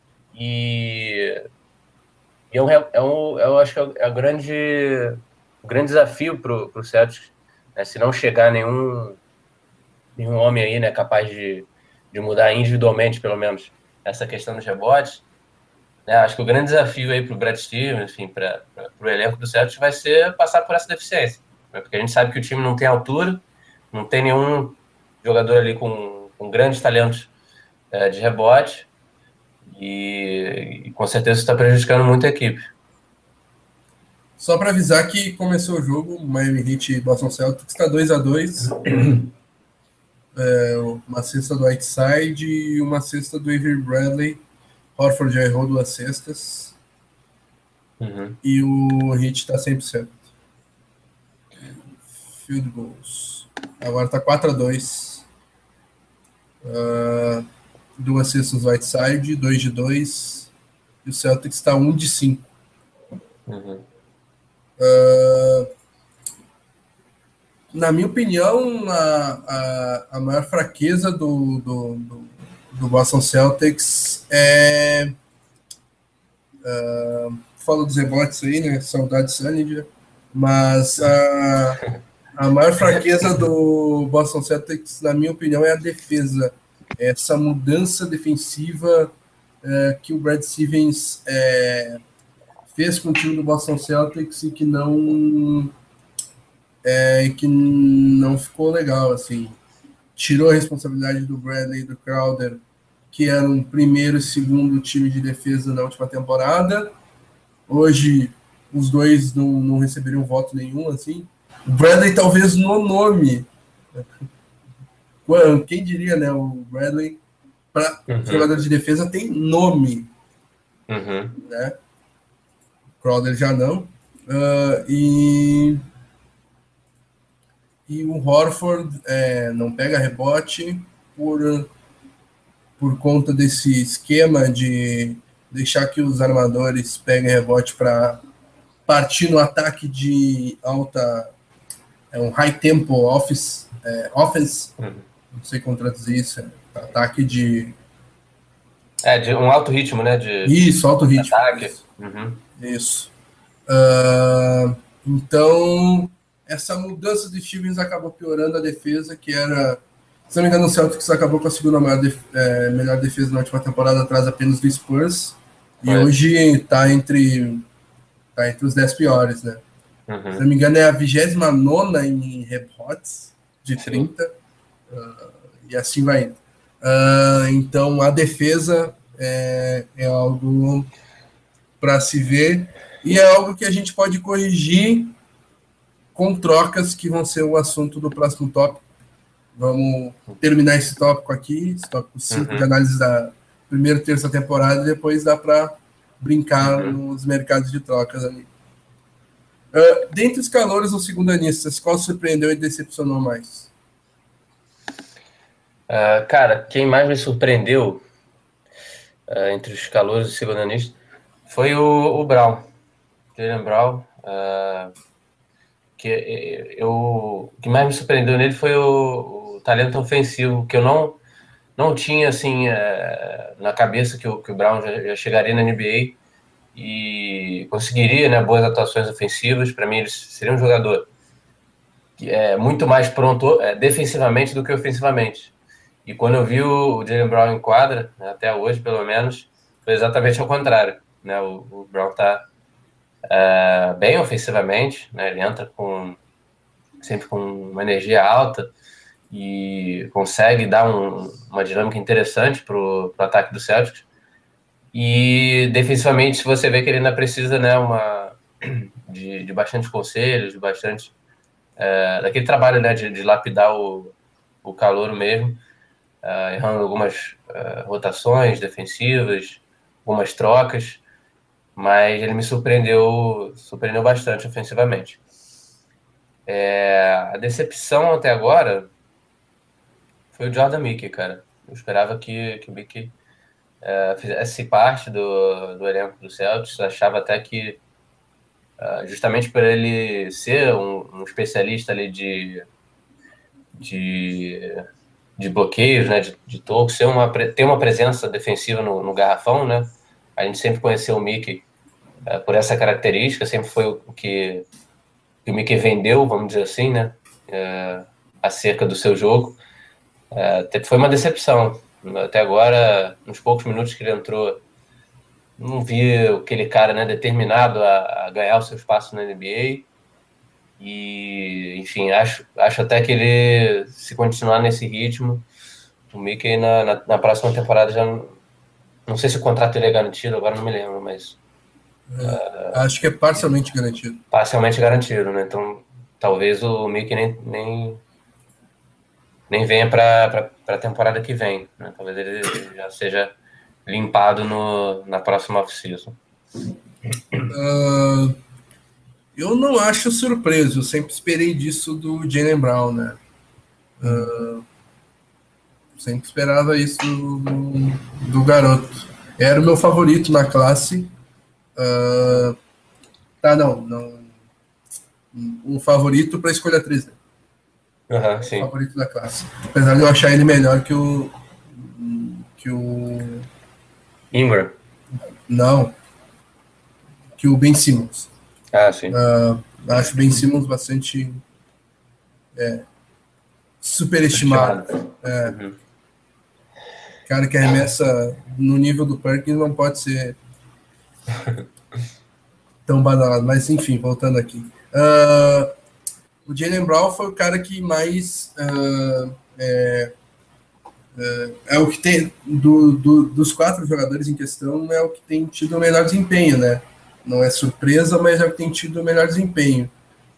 Eu acho que é o grande desafio para o Celtics, né, se não chegar nenhum homem aí, né, capaz de mudar individualmente, pelo menos, essa questão dos rebotes, né, acho que o grande desafio aí para o Brad Stevens, enfim, para o elenco do Celtics vai ser passar por essa deficiência, né, porque a gente sabe que o time não tem altura, não tem nenhum jogador ali com grandes talentos de rebote e com certeza está prejudicando muito a equipe. Só para avisar que começou o jogo, o Miami Heat e Boston Celtics está 2-2. Uma cesta do Whiteside e uma cesta do Avery Bradley. Horford já errou 2 cestas. Uhum. E o Heat está 100%. Field goals. Agora está 4-2. 2 cestas do Whiteside, 2 de 2. E o Celtics está 1 de 5. Uhum. Na minha opinião, a maior fraqueza do Boston Celtics falo dos rebotes aí, né? Saudade Sunny, mas a maior fraqueza do Boston Celtics, na minha opinião, é a defesa. Essa mudança defensiva que o Brad Stevens fez com o time do Boston Celtics e que não ficou legal, assim. Tirou a responsabilidade do Bradley e do Crowder, que eram o primeiro e segundo time de defesa na última temporada. Hoje, os dois não receberiam voto nenhum, assim. O Bradley, talvez, no nome. Quem diria, né? O Bradley, para jogador de defesa, tem nome. Né? O Crowder já não. E o Horford não pega rebote por conta desse esquema de deixar que os armadores peguem rebote para partir no ataque de alta, um high tempo offense, não sei como traduzir isso, ataque de... de um alto ritmo, né? Isso, alto ritmo. Ataque. Isso. Então, essa mudança de Stevens acabou piorando a defesa, que era... Se não me engano, o Celtics acabou com a segunda melhor defesa na última temporada, atrás apenas do Spurs. E hoje está entre os 10 piores, né? Se não me engano, é a 29ª em rebotes de 30. E assim vai indo. Então, a defesa é algo para se ver. E é algo que a gente pode corrigir com trocas que vão ser o assunto do próximo tópico. Vamos terminar esse tópico aqui, esse tópico 5 de análise da primeira e terça temporada, e depois dá para brincar nos mercados de trocas ali. Dentre os calouros ou segundanistas, qual surpreendeu e decepcionou mais? Cara, quem mais me surpreendeu entre os calouros e segundanistas foi o Brown, Jaylen Brown. O que mais me surpreendeu nele foi o talento ofensivo, que eu não tinha assim na cabeça que o Brown já chegaria na NBA e conseguiria, né, boas atuações ofensivas. Para mim, ele seria um jogador que é muito mais pronto defensivamente do que ofensivamente. E quando eu vi o Jaylen Brown em quadra, né, até hoje, pelo menos, foi exatamente ao contrário. Né? O Brown está bem ofensivamente, né? Ele entra sempre com uma energia alta e consegue dar uma dinâmica interessante para o ataque do Celtics. E defensivamente você vê que ele ainda precisa, né, de bastante conselhos, de bastante daquele trabalho, né, de lapidar o calouro mesmo, errando algumas rotações defensivas, algumas trocas, mas ele me surpreendeu bastante ofensivamente. A decepção até agora foi o Jordan Mickey, cara. Eu esperava que o Mickey fizesse parte do elenco do Celtics. Eu achava até que, justamente por ele ser um especialista ali de bloqueios, né, de tocos, ter uma presença defensiva no garrafão, né? A gente sempre conheceu o Mickey por essa característica, sempre foi o que o Mickey vendeu, vamos dizer assim, né, acerca do seu jogo. Foi uma decepção. Até agora, nos poucos minutos que ele entrou, não vi aquele cara, né, determinado a ganhar o seu espaço na NBA. E, enfim, acho até que ele, se continuar nesse ritmo, o Mickey na próxima temporada já não sei se o contrato ele é garantido, agora não me lembro, mas acho que é parcialmente garantido. Parcialmente garantido, né? Então, talvez o Mickey nem venha para a temporada que vem, né? Talvez ele já seja limpado na próxima off-season. Eu não acho surpreso, eu sempre esperei disso do Jaylen Brown, né? Sempre esperava isso do garoto. Era o meu favorito na classe. Não. O favorito para a escolha 3. Né? Sim. O favorito da classe. Apesar de eu achar ele melhor que o Ingram. Não. Que o Ben Simmons. Sim. Acho o Ben Simmons bastante superestimado. Cara que arremessa no nível do Perkins não pode ser tão badalado. Mas, enfim, voltando aqui. O Jaylen Brown foi o cara que mais é o que tem dos 4 jogadores em questão, é o que tem tido o melhor desempenho, né? Não é surpresa, mas é o que tem tido o melhor desempenho.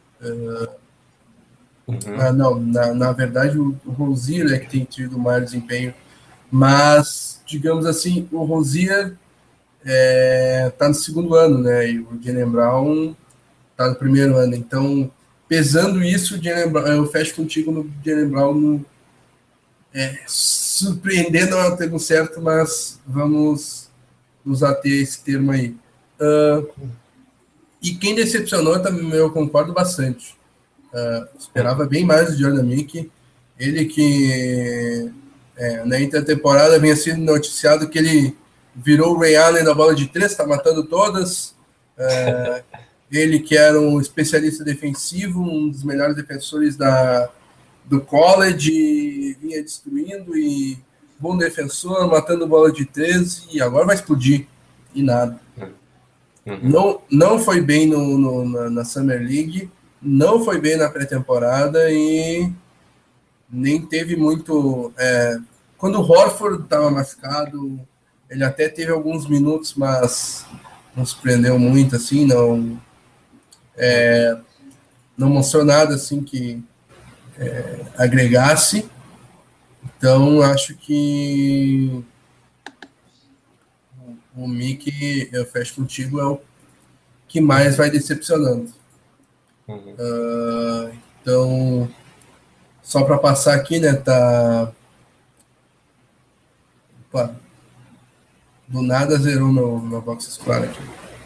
Na verdade, o Rozier é que tem tido o maior desempenho. Mas, digamos assim, o Rozier está no segundo ano, né? E o Jaylen Brown está no primeiro ano. Então, pesando isso, eu fecho contigo no Jaylen Brown. Surpreender não é o termo certo, mas vamos nos ater a esse termo aí. E quem decepcionou também, eu concordo bastante. Esperava bem mais do Jordan Mickey. Ele que na intertemporada vinha sendo noticiado que ele virou o Ray Allen da bola de 3, está matando todas. Ele que era um especialista defensivo, um dos melhores defensores do college, vinha destruindo e bom defensor, matando bola de 3 e agora vai explodir. E nada. Não foi bem na Summer League, não foi bem na pré-temporada e nem teve muito... quando o Horford estava machucado, ele até teve alguns minutos, mas não surpreendeu muito, assim, não mostrou nada assim que agregasse. Então, acho que o Mickey, eu fecho contigo, é o que mais vai decepcionando. Então, só para passar aqui, né, tá... Opa, do nada zerou meu box score aqui.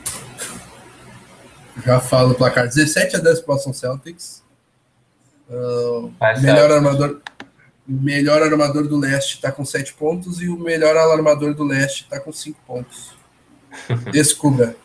Já falo o placar. 17-10 para o Boston Celtics. Melhor armador do leste está com 7 pontos e o melhor alarmador do leste está com 5 pontos. Descubra.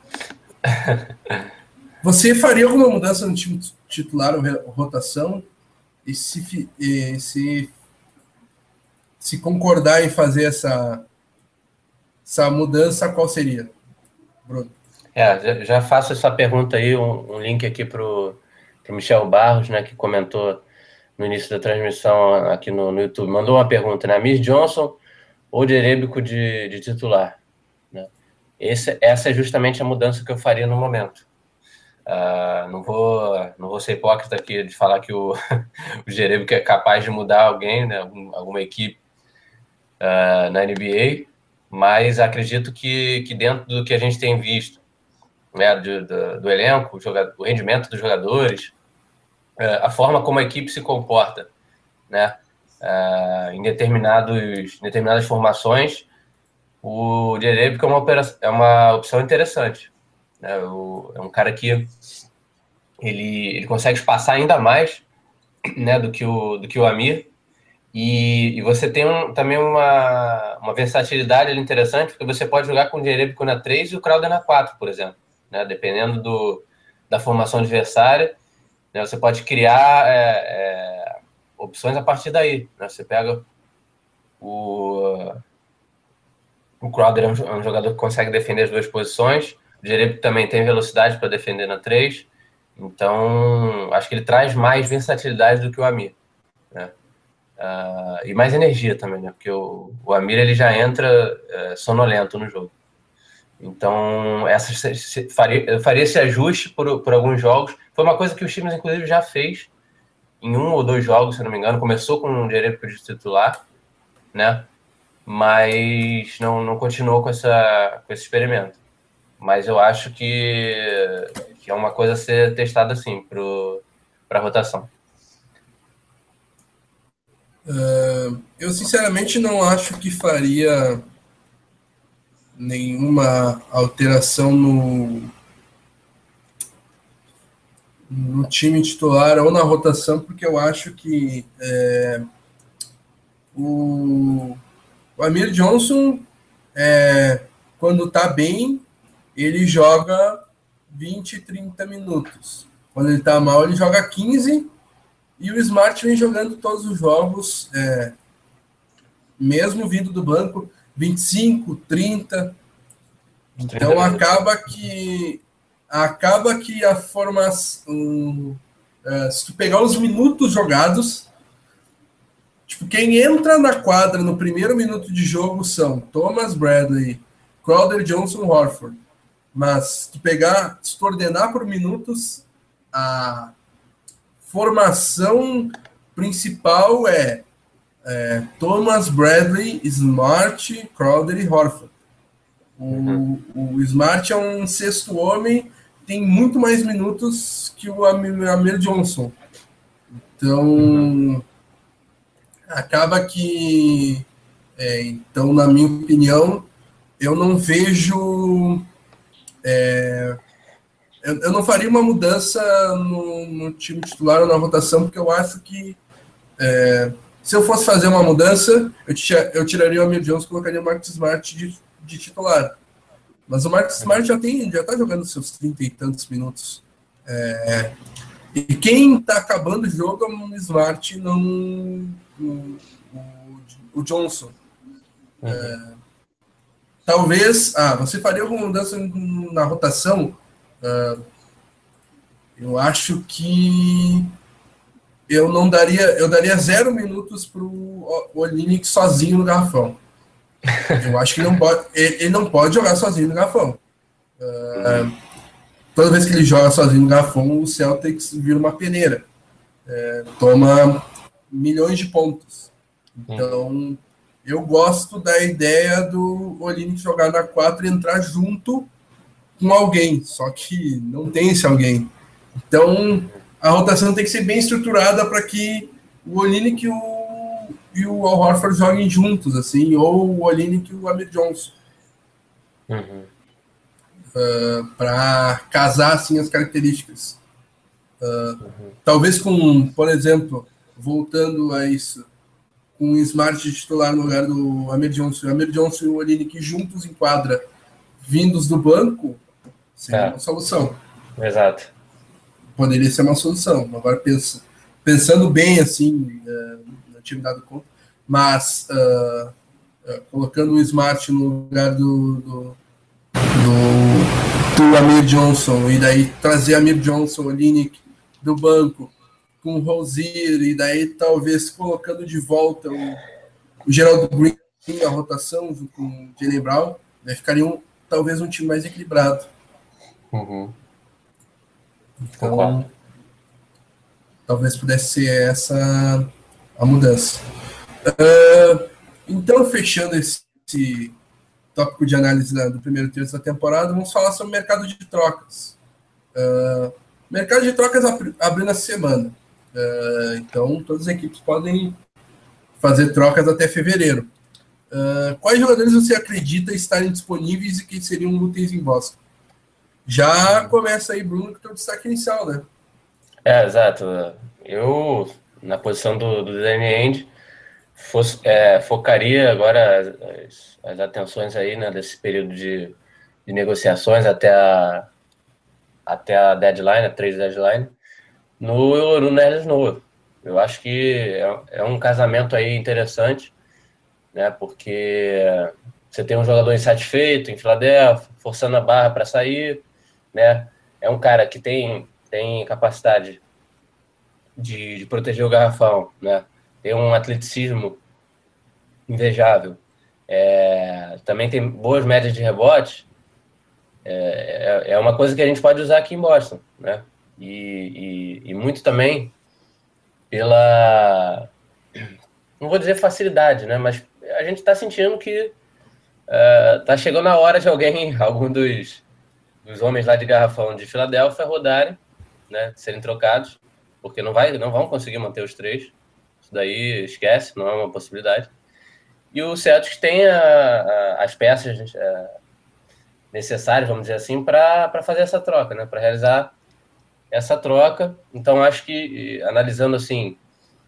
Você faria alguma mudança no time titular ou rotação? E se concordar em fazer essa mudança, qual seria, Bruno? Já faço essa pergunta aí, um link aqui para o Michel Barros, né, que comentou no início da transmissão aqui no YouTube. Mandou uma pergunta, né? Amir Johnson ou Jerebico de titular? Né? Essa é justamente a mudança que eu faria no momento. Não vou ser hipócrita aqui de falar que o Jerebico é capaz de mudar alguém, né, alguma equipe na NBA, mas acredito que dentro do que a gente tem visto, né, do elenco, o rendimento dos jogadores, a forma como a equipe se comporta, né, em determinadas formações, o Jerebico é uma opção interessante. Né, é um cara que ele consegue espaçar ainda mais, né, do que o Amir, e você tem também uma versatilidade interessante, porque você pode jogar com o Jerebico na 3 e o Crowder na 4, por exemplo, né, dependendo da formação adversária, né, você pode criar opções a partir daí. Né, você pega o Crowder é um jogador que consegue defender as duas posições, o Jerebico também tem velocidade para defender na 3, então acho que ele traz mais versatilidade do que o Amir, né? E mais energia também, né? Porque o Amir ele já entra sonolento no jogo. Então, eu faria esse ajuste por alguns jogos. Foi uma coisa que o Chiefs, inclusive, já fez em 1 ou 2 jogos, se não me engano. Começou com um Jerebico de titular, né? Mas não continuou com esse experimento. Mas eu acho que é uma coisa a ser testada, assim, para a rotação. Eu, sinceramente, não acho que faria nenhuma alteração no time titular ou na rotação, porque eu acho que o Amir Johnson, quando tá bem, ele joga 20, 30 minutos. Quando ele tá mal, ele joga 15, e o Smart vem jogando todos os jogos, mesmo vindo do banco, 25, 30. Então acaba que a formação, se tu pegar os minutos jogados, tipo, quem entra na quadra no primeiro minuto de jogo são Thomas Bradley, Crowder, Johnson, Horford. Mas se tu ordenar por minutos, a formação principal é Thomas Bradley, Smart, Crowder e Horford. O Smart é um sexto homem, tem muito mais minutos que o Amir Johnson. Então, acaba que, então, na minha opinião, eu não vejo... eu não faria uma mudança no time titular ou na rotação, porque eu acho que se eu fosse fazer uma mudança, eu tiraria o Amir Johnson e colocaria o Marcus Smart de titular. Mas o Marcus Smart já está jogando seus 30 e tantos minutos. E quem está acabando o jogo é o Smart, não o Johnson. Talvez... você faria alguma mudança na rotação? Eu acho que eu daria 0 minutos para o Olynyk sozinho no garrafão. Eu acho que ele não pode jogar sozinho no garrafão. Toda vez que ele joga sozinho no garrafão, o Celtics vira uma peneira. Toma milhões de pontos. Então, eu gosto da ideia do Olynyk jogar na 4 e entrar junto com alguém, só que não tem esse alguém. Então, a rotação tem que ser bem estruturada para que o Olynyk e o Al Horford joguem juntos, assim, ou o Olynyk e o Amir Johnson. Para casar assim as características. Talvez com, por exemplo, voltando a isso, com o Smart titular no lugar do Amir Johnson, o Amir Johnson e o Olynyk juntos em quadra, vindos do banco, seria uma solução. Exato. Poderia ser uma solução. Agora, pensando bem, assim, não tinha me dado conta, mas colocando o Smart no lugar do Amir Johnson, e daí trazer Amir Johnson, Olynyk do banco, com o Rozier, e daí talvez colocando de volta o Gerald Green na rotação, junto com o Jaylen Brown, né, ficaria talvez um time mais equilibrado. Então, talvez pudesse ser essa a mudança. Então, fechando esse tópico de análise do primeiro terço da temporada, vamos falar sobre o mercado de trocas. Mercado de trocas abriu na semana. Então, todas as equipes podem fazer trocas até fevereiro. Quais jogadores você acredita estarem disponíveis e que seriam úteis em Boston? Já começa aí, Bruno, com o teu destaque inicial, né? Exato. Eu, na posição do Danny Ainge, focaria agora as atenções aí, né, desse período de negociações até a deadline, a trade deadline, no Nerlens Noel. Eu acho que é um casamento aí interessante, né, porque você tem um jogador insatisfeito em Filadélfia, forçando a barra para sair, né, é um cara que tem capacidade de proteger o garrafão, né, tem um atleticismo invejável, também tem boas médias de rebote, é uma coisa que a gente pode usar aqui em Boston, né? E muito também pela, não vou dizer facilidade, né? Mas a gente está sentindo que está chegando a hora de algum dos homens lá de garrafão de Filadélfia rodarem, né? Serem trocados, porque não vão conseguir manter os três. Isso daí esquece, não é uma possibilidade. E o Celtics tem as peças necessárias, vamos dizer assim, para fazer essa troca, né? Para realizar essa troca. Então, acho que, analisando assim,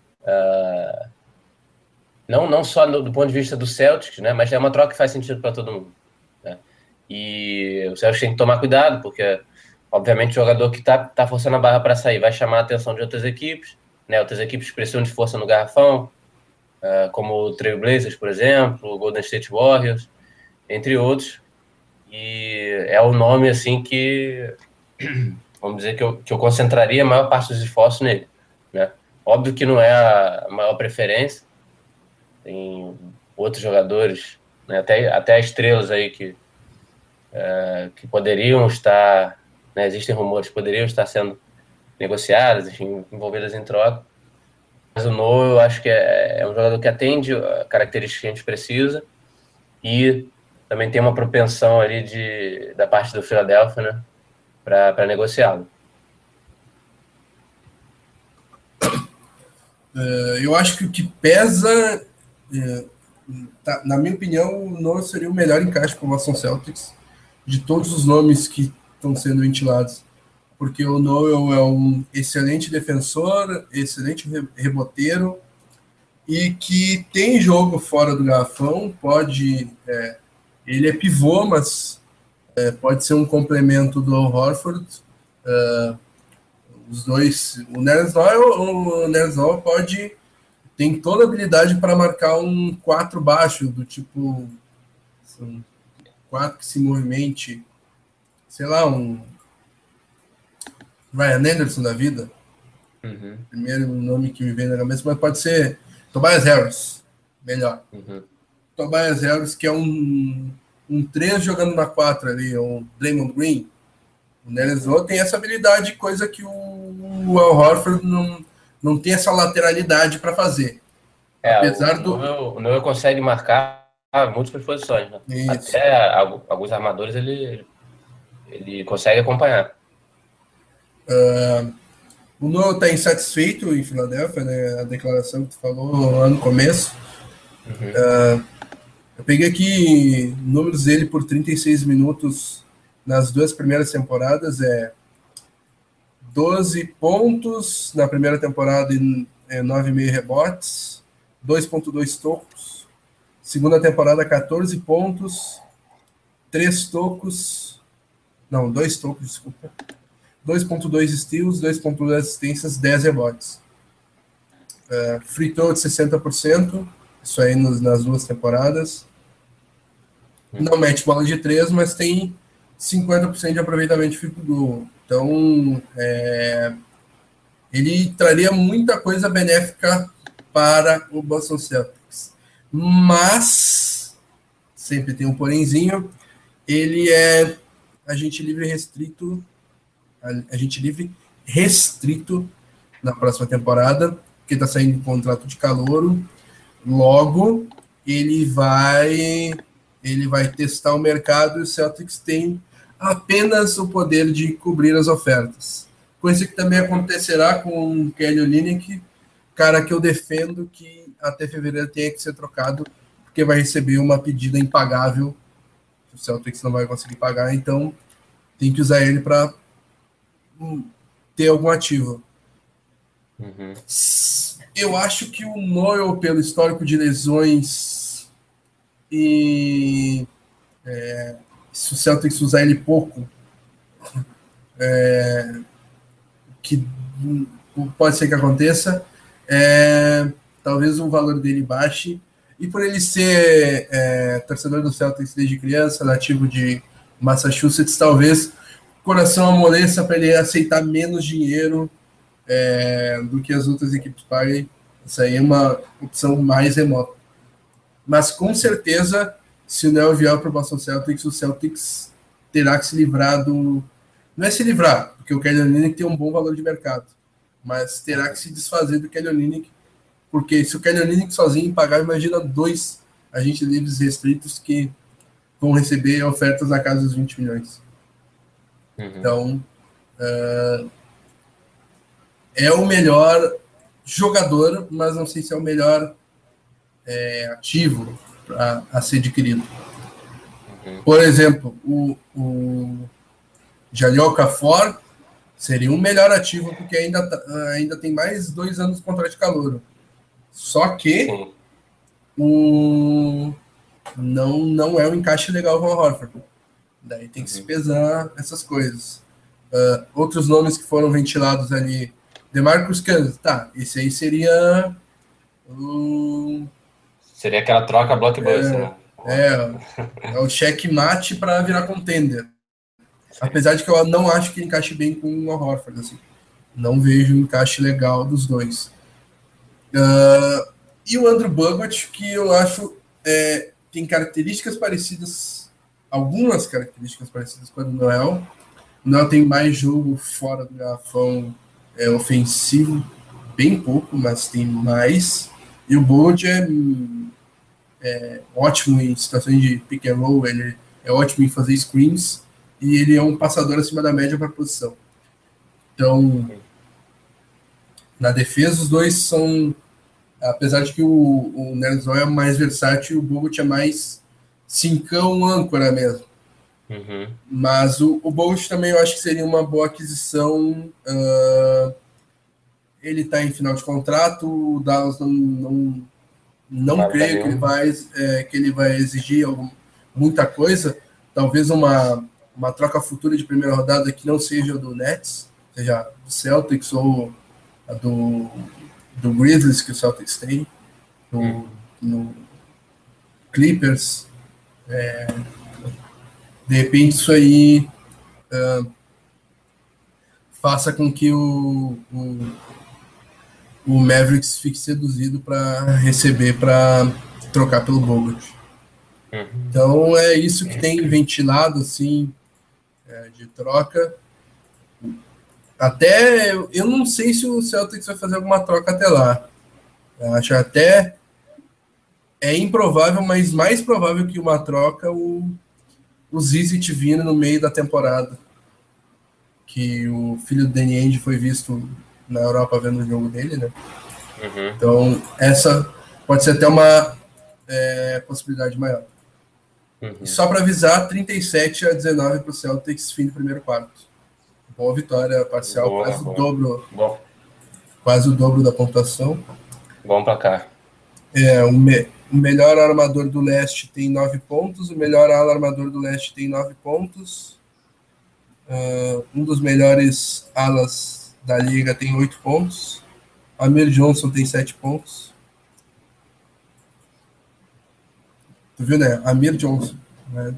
não só do ponto de vista do Celtics, né? Mas é uma troca que faz sentido para todo mundo, né? E o Celtics tem que tomar cuidado, porque, obviamente, o jogador que está forçando a barra para sair vai chamar a atenção de outras equipes, né? Outras equipes precisam de força no garrafão, como o Trail Blazers, por exemplo, o Golden State Warriors, entre outros. E é o nome, assim, que, vamos dizer, que eu concentraria a maior parte dos esforços nele, né? Óbvio que não é a maior preferência, tem outros jogadores, né? Até estrelas aí que poderiam estar, né? Existem rumores que poderiam estar sendo negociadas, enfim, envolvidas em troca. Mas o Noah, eu acho que é um jogador que atende a características que a gente precisa e também tem uma propensão ali da parte do Philadelphia, né, para negociá-lo. Eu acho que o que pesa, na minha opinião, o Noah seria o melhor encaixe para o Boston Celtics de todos os nomes que estão sendo ventilados. Porque o Noel é um excelente defensor, excelente reboteiro, e que tem jogo fora do garrafão, ele é pivô, mas pode ser um complemento do Al Horford. Os dois, o Nerlens Noel tem toda a habilidade para marcar um 4 baixo, do tipo, um 4 que se movimente, sei lá, um Ryan Anderson da vida. Primeiro nome que me vem na cabeça, mas pode ser Tobias Harris, melhor. Tobias Harris, que é um 3 jogando na 4 ali, um Draymond Green. O Nerlens Noel tem essa habilidade, coisa que o Al Horford não tem essa lateralidade para fazer. Apesar do... O Noel consegue marcar múltiplas posições, né? Isso. Até alguns armadores ele consegue acompanhar. O Noel está insatisfeito em Filadélfia, né? A declaração que tu falou lá no começo. Eu peguei aqui números dele por 36 minutos nas 2 primeiras temporadas. 12 pontos na primeira temporada e 9,5 rebotes, 2,2 tocos. Segunda temporada, 14 pontos, 3 tocos. Não, 2 tocos, desculpa. 2,2 steals, 2,2 assistências, 10 rebotes. Free throw de 60%, isso aí nas 2 temporadas. Não mete bola de 3, mas tem 50% de aproveitamento de field goal. Então, ele traria muita coisa benéfica para o Boston Celtics. Mas, sempre tem um porémzinho, ele é agente livre restrito na próxima temporada, porque está saindo contrato de calouro. Logo, ele vai testar o mercado e o Celtics tem apenas o poder de cobrir as ofertas. Coisa que também acontecerá com o Kelly Olynyk, cara que eu defendo que até fevereiro tenha que ser trocado, porque vai receber uma pedida impagável, o Celtics não vai conseguir pagar, então tem que usar ele para ter algum ativo. Eu acho que o Noel, pelo histórico de lesões e se o Celtics usar ele pouco, que pode ser que aconteça, talvez o valor dele baixe, e por ele ser torcedor do Celtics desde criança, nativo de Massachusetts, talvez o coração amoleça para ele aceitar menos dinheiro do que as outras equipes paguem. Isso aí é uma opção mais remota. Mas com certeza, se o Noel vier para o Boston Celtics, o Celtics terá que se livrar do... Não é se livrar, porque o Kelly Olynyk tem um bom valor de mercado, mas terá que se desfazer do Kelly Olynyk, porque se o Kelly Olynyk sozinho pagar, imagina 2 agentes livres restritos que vão receber ofertas na casa dos 20 milhões. Então, é o melhor jogador, mas não sei se é o melhor ativo a ser adquirido. Por exemplo, o Jahlil Okafor seria um melhor ativo, porque ainda tem mais 2 anos de contrato de calouro. Só que não é um encaixe legal com o Horford. Daí tem que se pesar essas coisas. Outros nomes que foram ventilados ali, DeMarcus Cousins, esse aí seria seria aquela troca blockbuster, né? É o checkmate para virar contender. Sim. Apesar de que eu não acho que ele encaixe bem com o Horford, assim. Não vejo um encaixe legal dos dois. E o Andrew Bogut, que eu acho tem características parecidas, algumas características parecidas com a do Noel. O Noel tem mais jogo fora do garrafão ofensivo, bem pouco, mas tem mais. E o Bogut é ótimo em situações de pick and roll, ele é ótimo em fazer screens, e ele é um passador acima da média para a posição. Então, na defesa, os dois são, apesar de que o Nerlens é mais versátil, o Bogut é mais cincão âncora mesmo. Mas o Bogut também eu acho que seria uma boa aquisição. Ele está em final de contrato, o Dallas não creio que ele vai exigir muita coisa. Talvez uma troca futura de primeira rodada que não seja do Nets, seja do Celtics ou a do Grizzlies, que o Celtics tem, no Clippers. De repente isso aí faça com que o Mavericks fique seduzido para receber, para trocar pelo Bogut. Então é isso que tem ventilado assim, de troca. Até eu não sei se o Celtics vai fazer alguma troca até lá. Eu acho até é improvável, mas mais provável que uma troca, o Zizic vindo no meio da temporada. Que o filho do Danny Ainge foi visto na Europa vendo o jogo dele, né? Uhum. Então, essa pode ser até uma possibilidade maior. E só para avisar, 37-19 para o Celtics, fim do primeiro quarto. Boa vitória parcial, Boa, quase o boa. dobro. Bom. Quase o dobro da pontuação. Bom placar. O melhor armador do leste tem 9 pontos, o melhor ala armador do leste tem 9 pontos. Um dos melhores alas da liga tem 8 pontos. Amir Johnson tem 7 pontos. Tu viu, né? Amir Johnson. Né?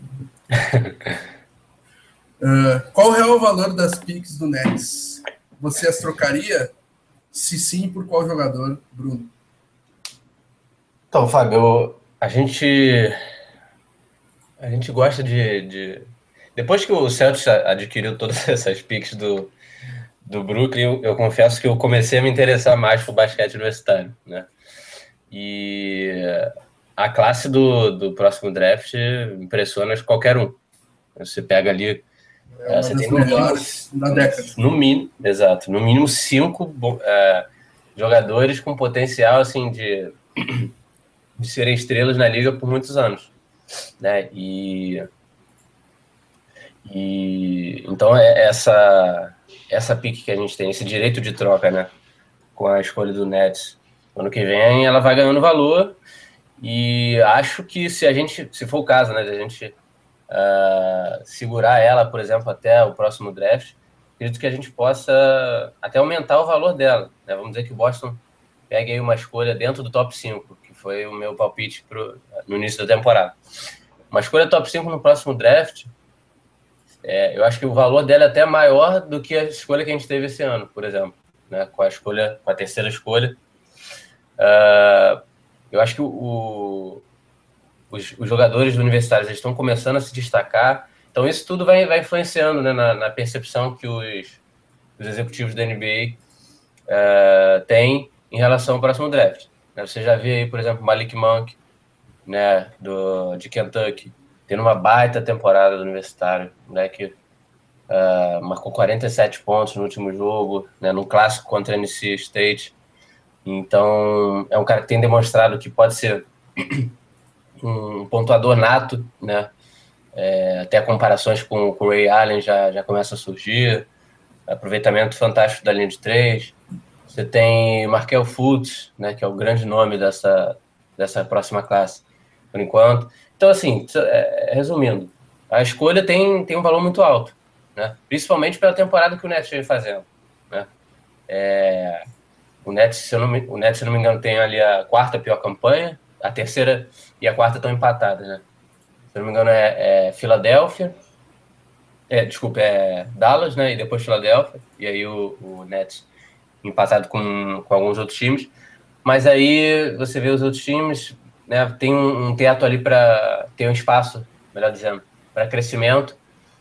Qual é o valor das picks do Nets? Você as trocaria? Se sim, por qual jogador, Bruno? Então, Fábio, a gente gosta Depois que o Celtics adquiriu todas essas picks do Brooklyn, eu confesso que eu comecei a me interessar mais por basquete universitário, né? E a classe do próximo draft impressiona qualquer um. Você pega ali... É uma você das tem no mínimo, melhores da década. Exato. No mínimo 5 jogadores com potencial assim, de serem estrelas na liga por muitos anos. Né? Então essa pick que a gente tem, esse direito de troca, né, com a escolha do Nets ano que vem, ela vai ganhando valor, e acho que se for o caso, né, de a gente segurar ela, por exemplo, até o próximo draft, acredito que a gente possa até aumentar o valor dela, né? Vamos dizer que o Boston pegue aí uma escolha dentro do top 5, que foi o meu palpite no início da temporada. Uma escolha top 5 no próximo draft, eu acho que o valor dela é até maior do que a escolha que a gente teve esse ano, por exemplo, né? Com a terceira escolha. Eu acho que os jogadores universitários estão começando a se destacar, então isso tudo vai influenciando, né, na percepção que os executivos da NBA têm em relação ao próximo draft. Você já vê aí, por exemplo, Malik Monk, né, de Kentucky, tendo uma baita temporada do universitário, né, que marcou 47 pontos no último jogo, né, no clássico contra a NC State. Então, é um cara que tem demonstrado que pode ser um pontuador nato, né? Até comparações com o Ray Allen já começam a surgir. Aproveitamento fantástico da linha de 3. Você tem Markelle Fultz, né, que é o grande nome dessa próxima classe, por enquanto. Então, assim, resumindo, a escolha tem um valor muito alto, né? Principalmente pela temporada que o Nets vem fazendo, né? O Nets, se eu não me engano, tem ali a quarta pior campanha, a terceira e a quarta estão empatadas, né? Se eu não me engano, é Filadélfia, desculpa, é Dallas, né? E depois Filadélfia, e aí o Nets empatado com alguns outros times. Mas aí você vê os outros times, né? Tem um teto ali para ter um espaço, melhor dizendo, para crescimento.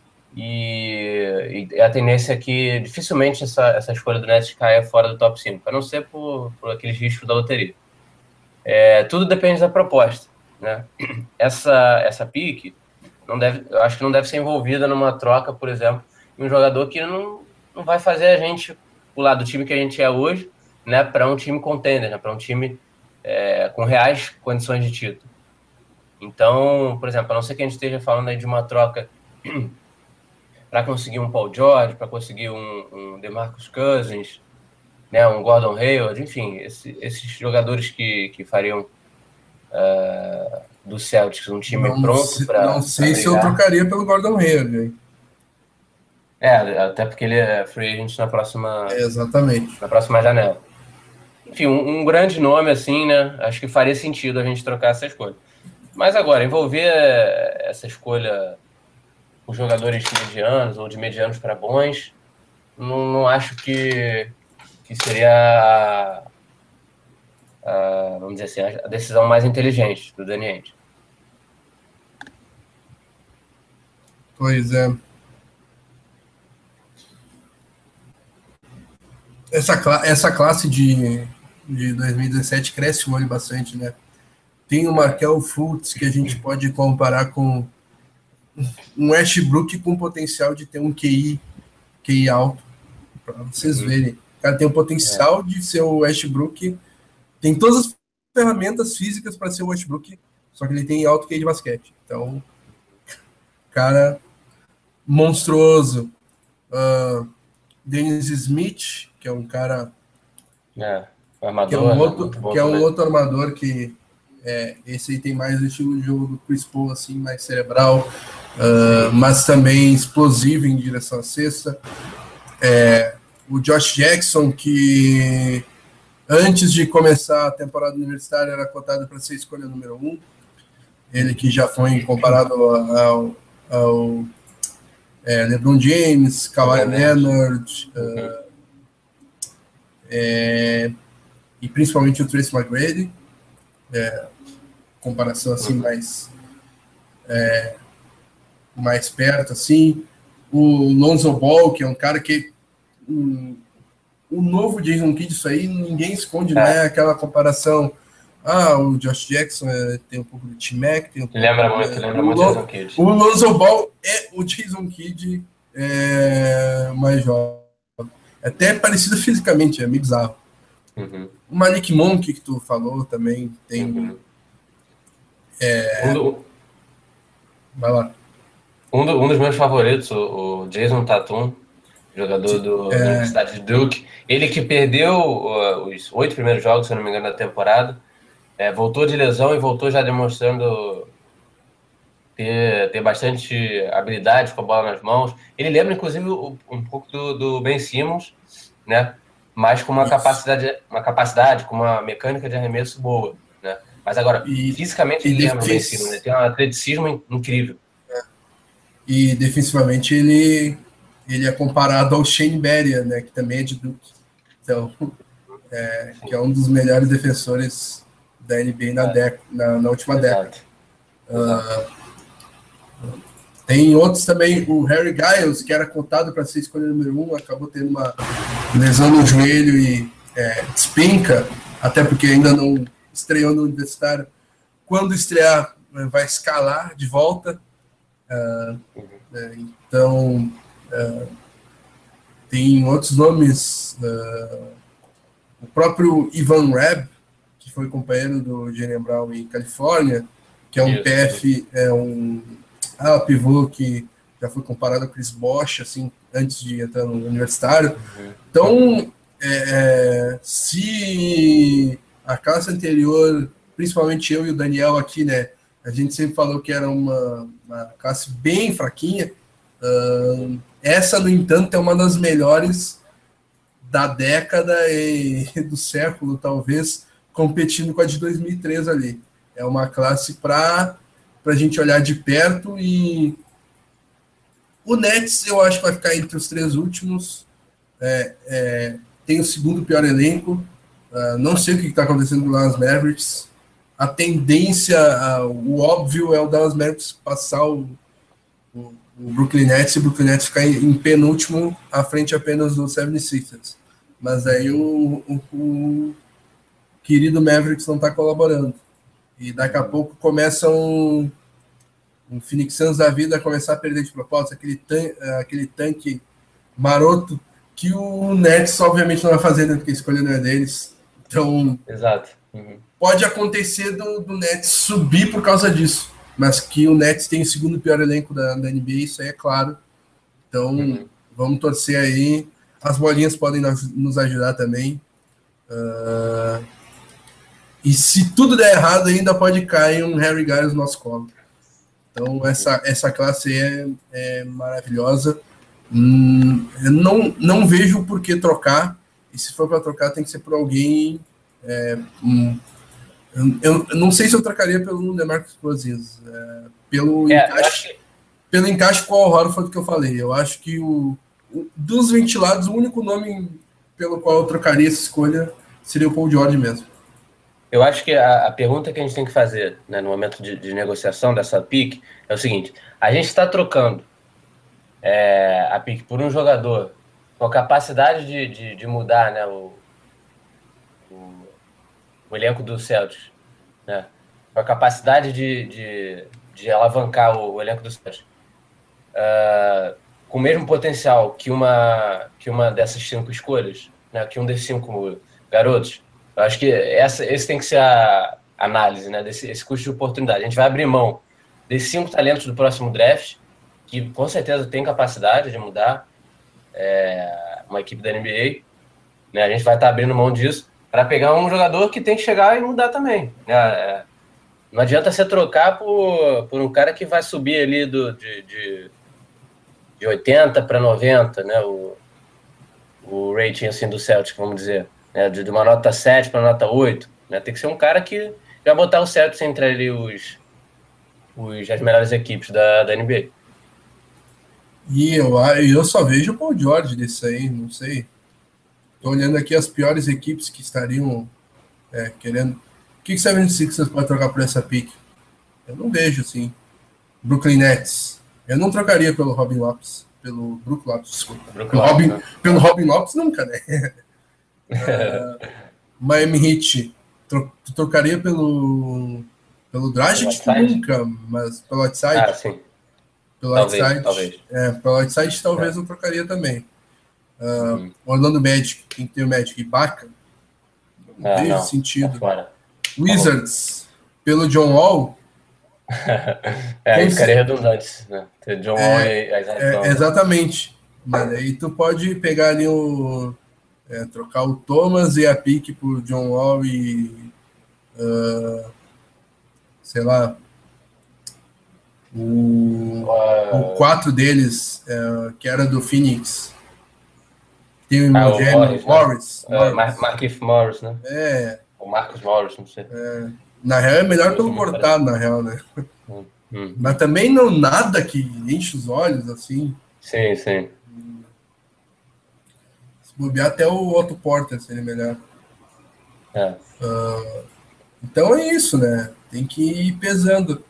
E a tendência é que dificilmente essa escolha do Nets caia fora do top 5, a não ser por aqueles riscos da loteria. Tudo depende da proposta, né? Essa pique eu acho que não deve ser envolvida numa troca, por exemplo, de um jogador que não vai fazer a gente pular do time que a gente é hoje, né, para um time contender, né, para um time com reais condições de título. Então, por exemplo, a não ser que a gente esteja falando aí de uma troca para conseguir um Paul George, para conseguir um DeMarcus Cousins, né, um Gordon Hayward, enfim, esses jogadores que fariam do Celtics um time pronto para Não sei se eu trocaria pelo Gordon Hayward. Hein? Até porque ele é free agent na próxima exatamente. Na próxima janela. Enfim, um grande nome assim, né? Acho que faria sentido a gente trocar essa escolha. Mas agora, envolver essa escolha com jogadores medianos ou de medianos para bons, não acho que seria vamos dizer assim, a decisão mais inteligente do Danny Ainge. Pois é. Essa classe de 2017 cresce o olho bastante, né? Tem o Markel Fultz, que a gente pode comparar com um Westbrook com potencial de ter um QI alto, para vocês verem. O cara tem o potencial de ser o Westbrook, tem todas as ferramentas físicas para ser o Westbrook, só que ele tem alto QI de basquete. Então, cara monstruoso. Dennis Smith, que é um cara armador, que é um outro armador que esse aí tem mais o estilo de jogo do Chris Paul, assim, mais cerebral, mas também explosivo em direção à cesta. O Josh Jackson, que antes de começar a temporada universitária era cotado para ser escolha número 1. Ele que já foi comparado ao LeBron James, Kawhi Leonard, e principalmente o Tracy McGrady. Comparação assim mais perto, assim. O Lonzo Ball, que é um cara que o novo Jason Kidd, isso aí ninguém esconde, não é aquela comparação. O Josh Jackson tem um pouco de T-Mac, tem um pouco lembra muito Jason Kidd. O Lonzo Ball é o Jason Kidd mais jovem. Até parecido fisicamente, é meio bizarro. O Malik Monk, que tu falou também, tem... Vai lá. Um dos meus favoritos, o Jason Tatum, jogador da Universidade de Duke. Ele que perdeu os 8 primeiros jogos, se não me engano, da temporada. Voltou de lesão e voltou já demonstrando ter bastante habilidade com a bola nas mãos. Ele lembra, inclusive, um pouco do Ben Simmons, né? Mas com uma capacidade, com uma mecânica de arremesso boa, né? Mas agora, fisicamente, ele lembra o Ben Simmons, né? Tem um atleticismo incrível. E defensivamente ele é comparado ao Shane Battier, né? Que também é de Duke. Então, que é um dos melhores defensores da NBA na última década. Tem outros também, o Harry Giles, que era cotado para ser escolha número 1, acabou tendo uma lesão no joelho e despenca, até porque ainda não estreou no universitário. Quando estrear, vai escalar de volta. Então, tem outros nomes, o próprio Ivan Rabb, que foi companheiro do Jaylen Brown em Califórnia, que é um PF, pivô que já foi comparado a Chris Bosh, assim, antes de entrar no universitário. Então, se a classe anterior, principalmente eu e o Daniel aqui, né, a gente sempre falou que era uma classe bem fraquinha, essa, no entanto, é uma das melhores da década e do século, talvez, competindo com a de 2003 ali. É uma classe para a gente olhar de perto, e o Nets eu acho que vai ficar entre os 3 últimos. Tem o segundo pior elenco. Não sei o que está acontecendo com o Dallas Mavericks. A tendência, o óbvio é o Dallas Mavericks passar o Brooklyn Nets, e o Brooklyn Nets ficar em penúltimo, à frente apenas do 76ers. Mas aí o querido Mavericks não está colaborando. E daqui a pouco começa um Phoenix Suns da vida a começar a perder de propósito, aquele tanque maroto que o Nets obviamente não vai fazer, né, porque a escolha não é deles. Então, exato. Pode acontecer do Nets subir por causa disso, mas que o Nets tem o segundo pior elenco da NBA, isso aí é claro. Então, vamos torcer aí. As bolinhas podem nos ajudar também. E se tudo der errado, ainda pode cair um Harry Giles no nosso colo. Então, essa classe é maravilhosa. Eu não vejo por que trocar. E se for para trocar, tem que ser por alguém... Eu não sei se eu trocaria pelo DeMarcus Cousins. Pelo encaixe com o Al Horford que eu falei. Eu acho que dos ventilados, o único nome pelo qual eu trocaria essa escolha seria o Paul George mesmo. Eu acho que a pergunta que a gente tem que fazer, né, no momento de negociação dessa pick é o seguinte: a gente está trocando a pick por um jogador com a capacidade de mudar, né, o elenco do Celtics, né, com a capacidade de alavancar o elenco do Celtics, com o mesmo potencial que uma dessas 5 escolhas, né, que um desses 5 garotos, eu acho que esse tem que ser a análise, né, esse custo de oportunidade. A gente vai abrir mão desses 5 talentos do próximo draft, que com certeza tem capacidade de mudar uma equipe da NBA, né, a gente vai estar abrindo mão disso para pegar um jogador que tem que chegar e mudar também, né. Não adianta você trocar por um cara que vai subir ali de 80 para 90, né? O rating assim, do Celtic, vamos dizer. Né? De uma nota 7 para nota 8. Né? Tem que ser um cara que vai botar o Celtics entre ali as melhores equipes da NBA. E eu só vejo o Paul George desse aí, não sei. Tô olhando aqui as piores equipes que estariam querendo. O que o 76ers pode trocar por essa pick? Eu não vejo, assim. Brooklyn Nets. Eu não trocaria pelo Robin Lopes. Pelo Brook Lopes, desculpa. Pelo Robin Lopes nunca, né? Miami Heat. Tu trocaria pelo Dragic nunca, mas pelo Whiteside. Ah, sim. Pelo Whiteside. Pelo Whiteside talvez eu trocaria também. Orlando Magic, quem tem o Magic? Ibaka? Não vejo sentido. Wizards, pelo John Wall. Aí ficaria redundante, né? Ter John Wall e Isaiah. Exatamente. Mas aí tu pode pegar ali trocar o Thomas e a pique por John Wall e sei lá o 4 deles que era do Phoenix. Tem o Morris. Markieff Morris, né? O Marcus Morris, não sei. Na real é melhor pelo cortado, na real, né? Mas também não nada que enche os olhos, assim. Sim. Se bobear até o Otto Porter seria melhor. Então é isso, né? Tem que ir pesando.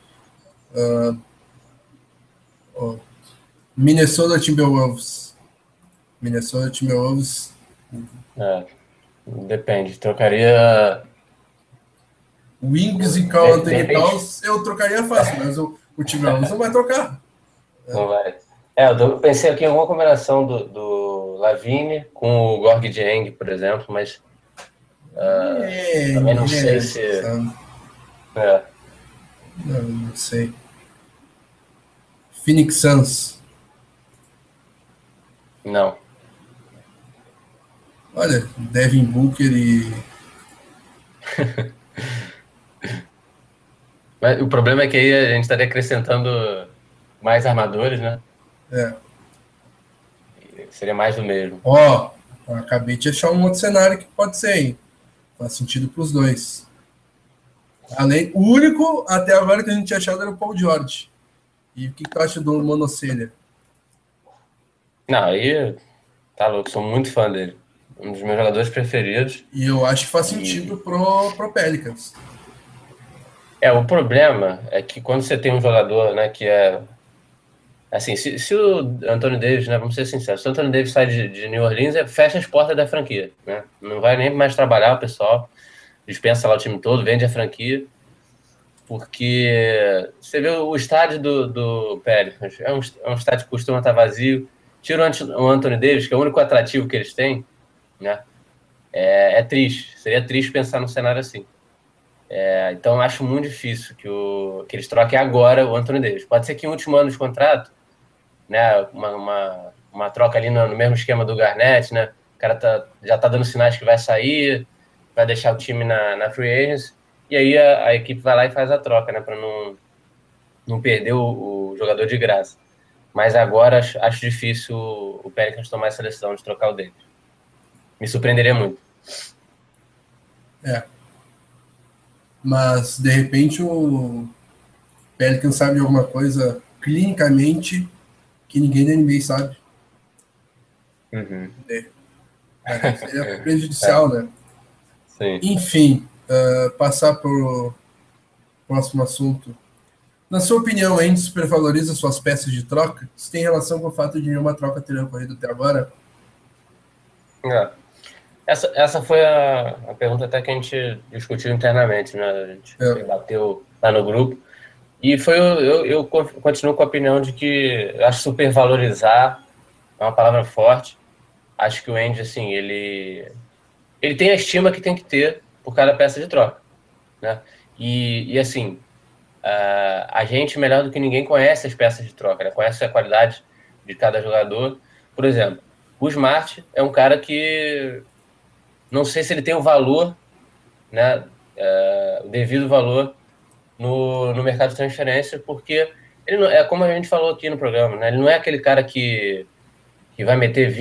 Minnesota Timberwolves. Depende. Trocaria... Wings e Carl Anthony Towns, eu trocaria fácil, mas o Timberwolves não vai trocar. Não vai. Eu pensei aqui em alguma combinação do Lavine com o Gorg Dieng, por exemplo, mas também não sei se... Não sei. Phoenix Suns. Não. Olha, Devin Booker e... Mas o problema é que aí a gente estaria acrescentando mais armadores, né? Seria mais do mesmo. Acabei de achar um outro cenário que pode ser, hein? Faz sentido para os dois. O único até agora que a gente tinha achado era o Paul George. E o que tu acha do Monocelha? Não, aí tá louco, sou muito fã dele. Um dos meus jogadores preferidos. E eu acho que faz sentido pro Pelicans. O problema é que quando você tem um jogador, né, que é... Assim, se o Anthony Davis, né, vamos ser sinceros, se o Anthony Davis sai de New Orleans, fecha as portas da franquia, né? Não vai nem mais trabalhar o pessoal, dispensa lá o time todo, vende a franquia, porque você vê o estádio do Pelicans, é um estádio que costuma estar vazio, tira o Anthony Davis, que é o único atrativo que eles têm, né? É triste, seria triste pensar num cenário assim. Então acho muito difícil que eles troquem agora o Anthony Davis. Pode ser que em último ano de contrato, né, uma troca ali no mesmo esquema do Garnett, né? O cara já tá dando sinais que vai sair, vai deixar o time na free agency, e aí a equipe vai lá e faz a troca, né, para não perder o jogador de graça. Mas agora acho difícil o Pelicans tomar essa decisão de trocar o Davis. Me surpreenderia muito. Mas, de repente, o Pelicans sabe de alguma coisa clinicamente que ninguém da NBA sabe. Seria prejudicial, né? Sim. Enfim, passar para o próximo assunto. Na sua opinião, a Indy supervaloriza suas peças de troca? Isso tem relação com o fato de nenhuma troca ter ocorrido até agora? Essa foi a pergunta até que a gente discutiu internamente, né? A gente bateu lá no grupo. E eu continuo com a opinião de que eu acho supervalorizar é uma palavra forte. Acho que o Andy, assim, ele tem a estima que tem que ter por cada peça de troca, né? E assim, a gente, melhor do que ninguém, conhece as peças de troca, né? Conhece a qualidade de cada jogador. Por exemplo, o Smart é um cara que não sei se ele tem o valor, né? O devido valor no mercado de transferência, porque ele não, é como a gente falou aqui no programa, né? Ele não é aquele cara que vai meter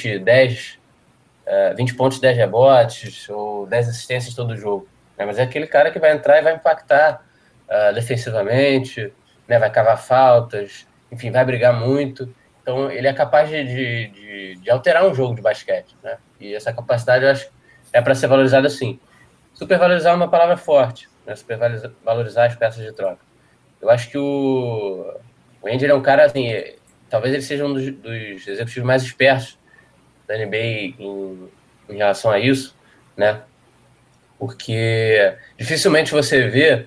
20 pontos, 10 rebotes ou 10 assistências todo jogo, né? Mas é aquele cara que vai entrar e vai impactar defensivamente, né? Vai cavar faltas, enfim, vai brigar muito. Então, ele é capaz de alterar um jogo de basquete, né? E essa capacidade, eu acho, é para ser valorizada assim. Supervalorizar é uma palavra forte, né? Supervalorizar as peças de troca. Eu acho que o Andy é um cara, assim, talvez ele seja um dos executivos mais espertos da NBA em relação a isso, né? Porque dificilmente você vê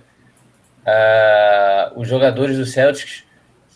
os jogadores do Celtics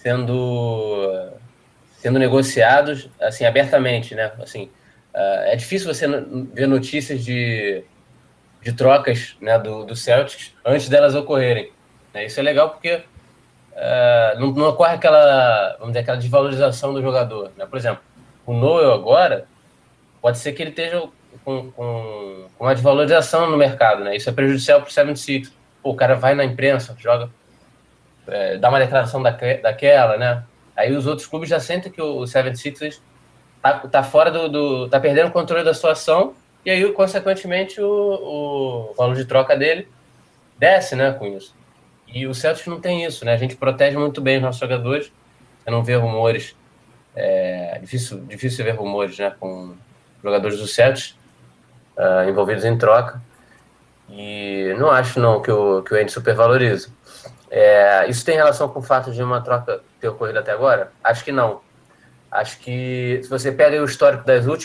sendo negociados assim abertamente, né? Assim, é difícil você ver notícias de trocas, né, do Celtics antes delas ocorrerem, né? Isso é legal porque não ocorre aquela, vamos dizer, aquela desvalorização do jogador, né? Por exemplo, o Noel agora pode ser que ele esteja com uma desvalorização no mercado, né? Isso é prejudicial para o 76. Pô, o cara vai na imprensa, joga, dá uma declaração daquela, né? Aí os outros clubes já sentem que o 76 tá fora tá perdendo o controle da situação, e aí, consequentemente, o valor de troca dele desce, né, com isso. E o Celtics não tem isso, né? A gente protege muito bem os nossos jogadores. Você não vê rumores. É difícil ver rumores, né, com jogadores do Celtics envolvidos em troca. E não acho, não, que o Andy supervaloriza. Isso tem relação com o fato de uma troca ter ocorrido até agora? Acho que não. Acho que se você pega o histórico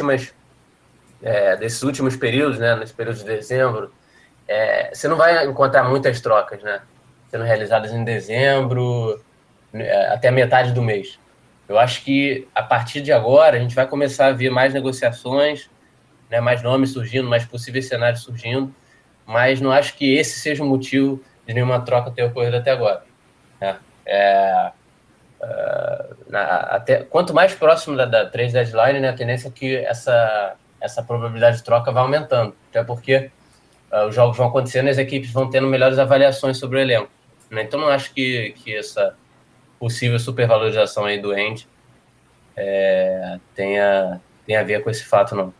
desses últimos períodos, né, nesse período de dezembro, você não vai encontrar muitas trocas, né, sendo realizadas em dezembro, até a metade do mês. Eu acho que a partir de agora a gente vai começar a ver mais negociações, né, mais nomes surgindo, mais possíveis cenários surgindo, mas não acho que esse seja o motivo de nenhuma troca ter ocorrido até agora, né? Até, quanto mais próximo da trade deadline, né, a tendência é que essa probabilidade de troca vai aumentando, até porque os jogos vão acontecendo e as equipes vão tendo melhores avaliações sobre o elenco, né? Então não acho que essa possível supervalorização aí do Andy tenha a ver com esse fato, não.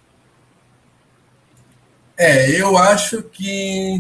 Eu acho que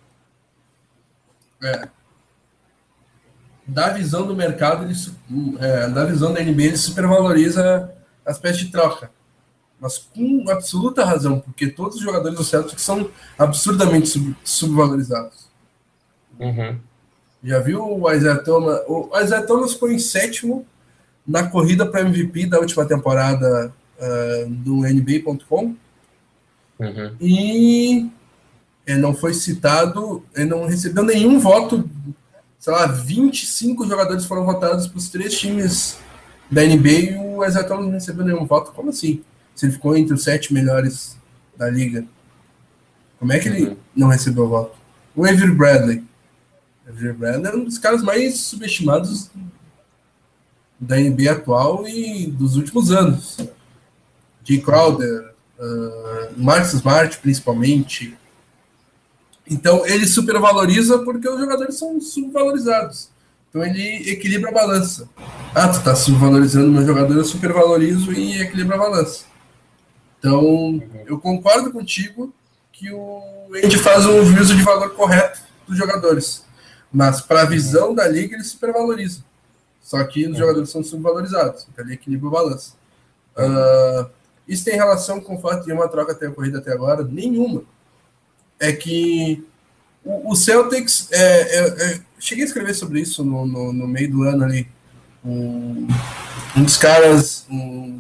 da visão do mercado, da visão da NBA, ele supervaloriza as peças de troca. Mas com absoluta razão, porque todos os jogadores do Celtics são absurdamente subvalorizados. Uhum. Já viu o Isaiah Thomas? O Isaiah Thomas foi em sétimo na corrida para MVP da última temporada do NBA.com. Uhum. E ele não foi citado, ele não recebeu nenhum voto. Sei lá, 25 jogadores foram votados para os 3 times da NBA e o Isaiah Thomas não recebeu nenhum voto. Como assim? Se ele ficou entre os 7 melhores da liga. Como é que ele não recebeu voto? O Avery Bradley. O Avery Bradley é um dos caras mais subestimados da NBA atual e dos últimos anos. Jay Crowder, Marcus Smart, principalmente. Então, ele supervaloriza porque os jogadores são subvalorizados. Então, ele equilibra a balança. Tu tá subvalorizando meu jogador, eu supervalorizo e equilibra a balança. Então, eu concordo contigo que o Andy faz um juízo de valor correto dos jogadores. Mas, para a visão da liga, ele supervaloriza. Só que os jogadores são subvalorizados. Então, ele equilibra a balança. Isso tem relação com o fato de uma troca ter ocorrido até agora? Nenhuma. É que o Celtics, cheguei a escrever sobre isso no meio do ano ali. Um dos caras, um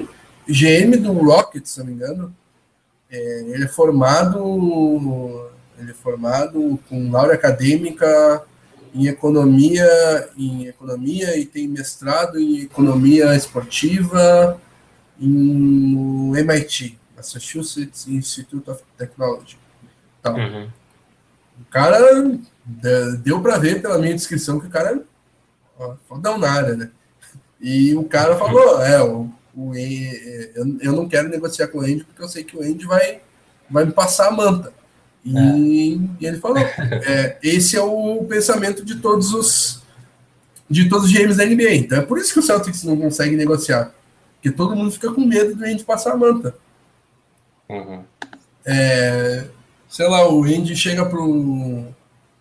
GM do Rockets, se não me engano, ele é formado Ele é formado com laurea acadêmica em economia e tem mestrado em economia esportiva no MIT, Massachusetts Institute of Technology. Então, o cara deu para ver pela minha descrição que o cara é fodão na área, né? E o cara falou, eu não quero negociar com o Andy porque eu sei que o Andy vai me passar a manta. E ele falou, esse é o pensamento de todos os GMs da NBA. Então é por isso que o Celtics não consegue negociar. Porque todo mundo fica com medo do Andy passar a manta. Sei lá, o Andy chega pro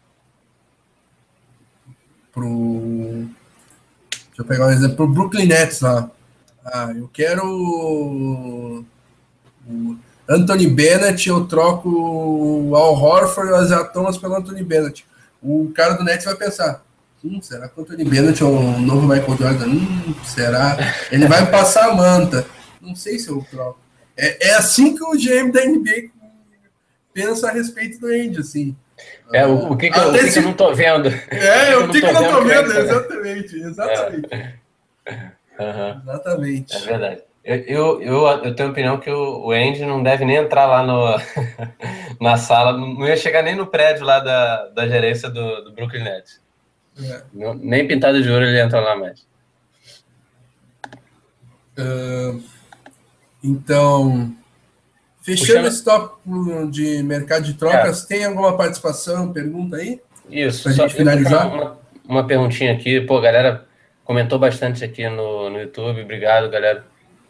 deixa eu pegar um exemplo, pro Brooklyn Nets lá. Eu quero o Anthony Bennett, eu troco o Al Horford e o Isaiah Thomas pelo Anthony Bennett. O cara do Nets vai pensar, será que o Anthony Bennett é o novo Michael Jordan? Será? Ele vai passar a manta. Não sei se eu troco. É assim que o GM da NBA pensa a respeito do Andy, assim. O que eu não tô vendo. O que eu não tô vendo, exatamente. Exatamente. É verdade. Eu tenho a opinião que o Andy não deve nem entrar lá na sala, não ia chegar nem no prédio lá da gerência do Brooklyn Nets. Nem pintado de ouro ele entra lá mais. Então, fechando esse tópico de mercado de trocas, tem alguma participação, pergunta aí? Isso, pra gente finalizar. Uma perguntinha aqui. Pô, a galera comentou bastante aqui no YouTube. Obrigado, galera.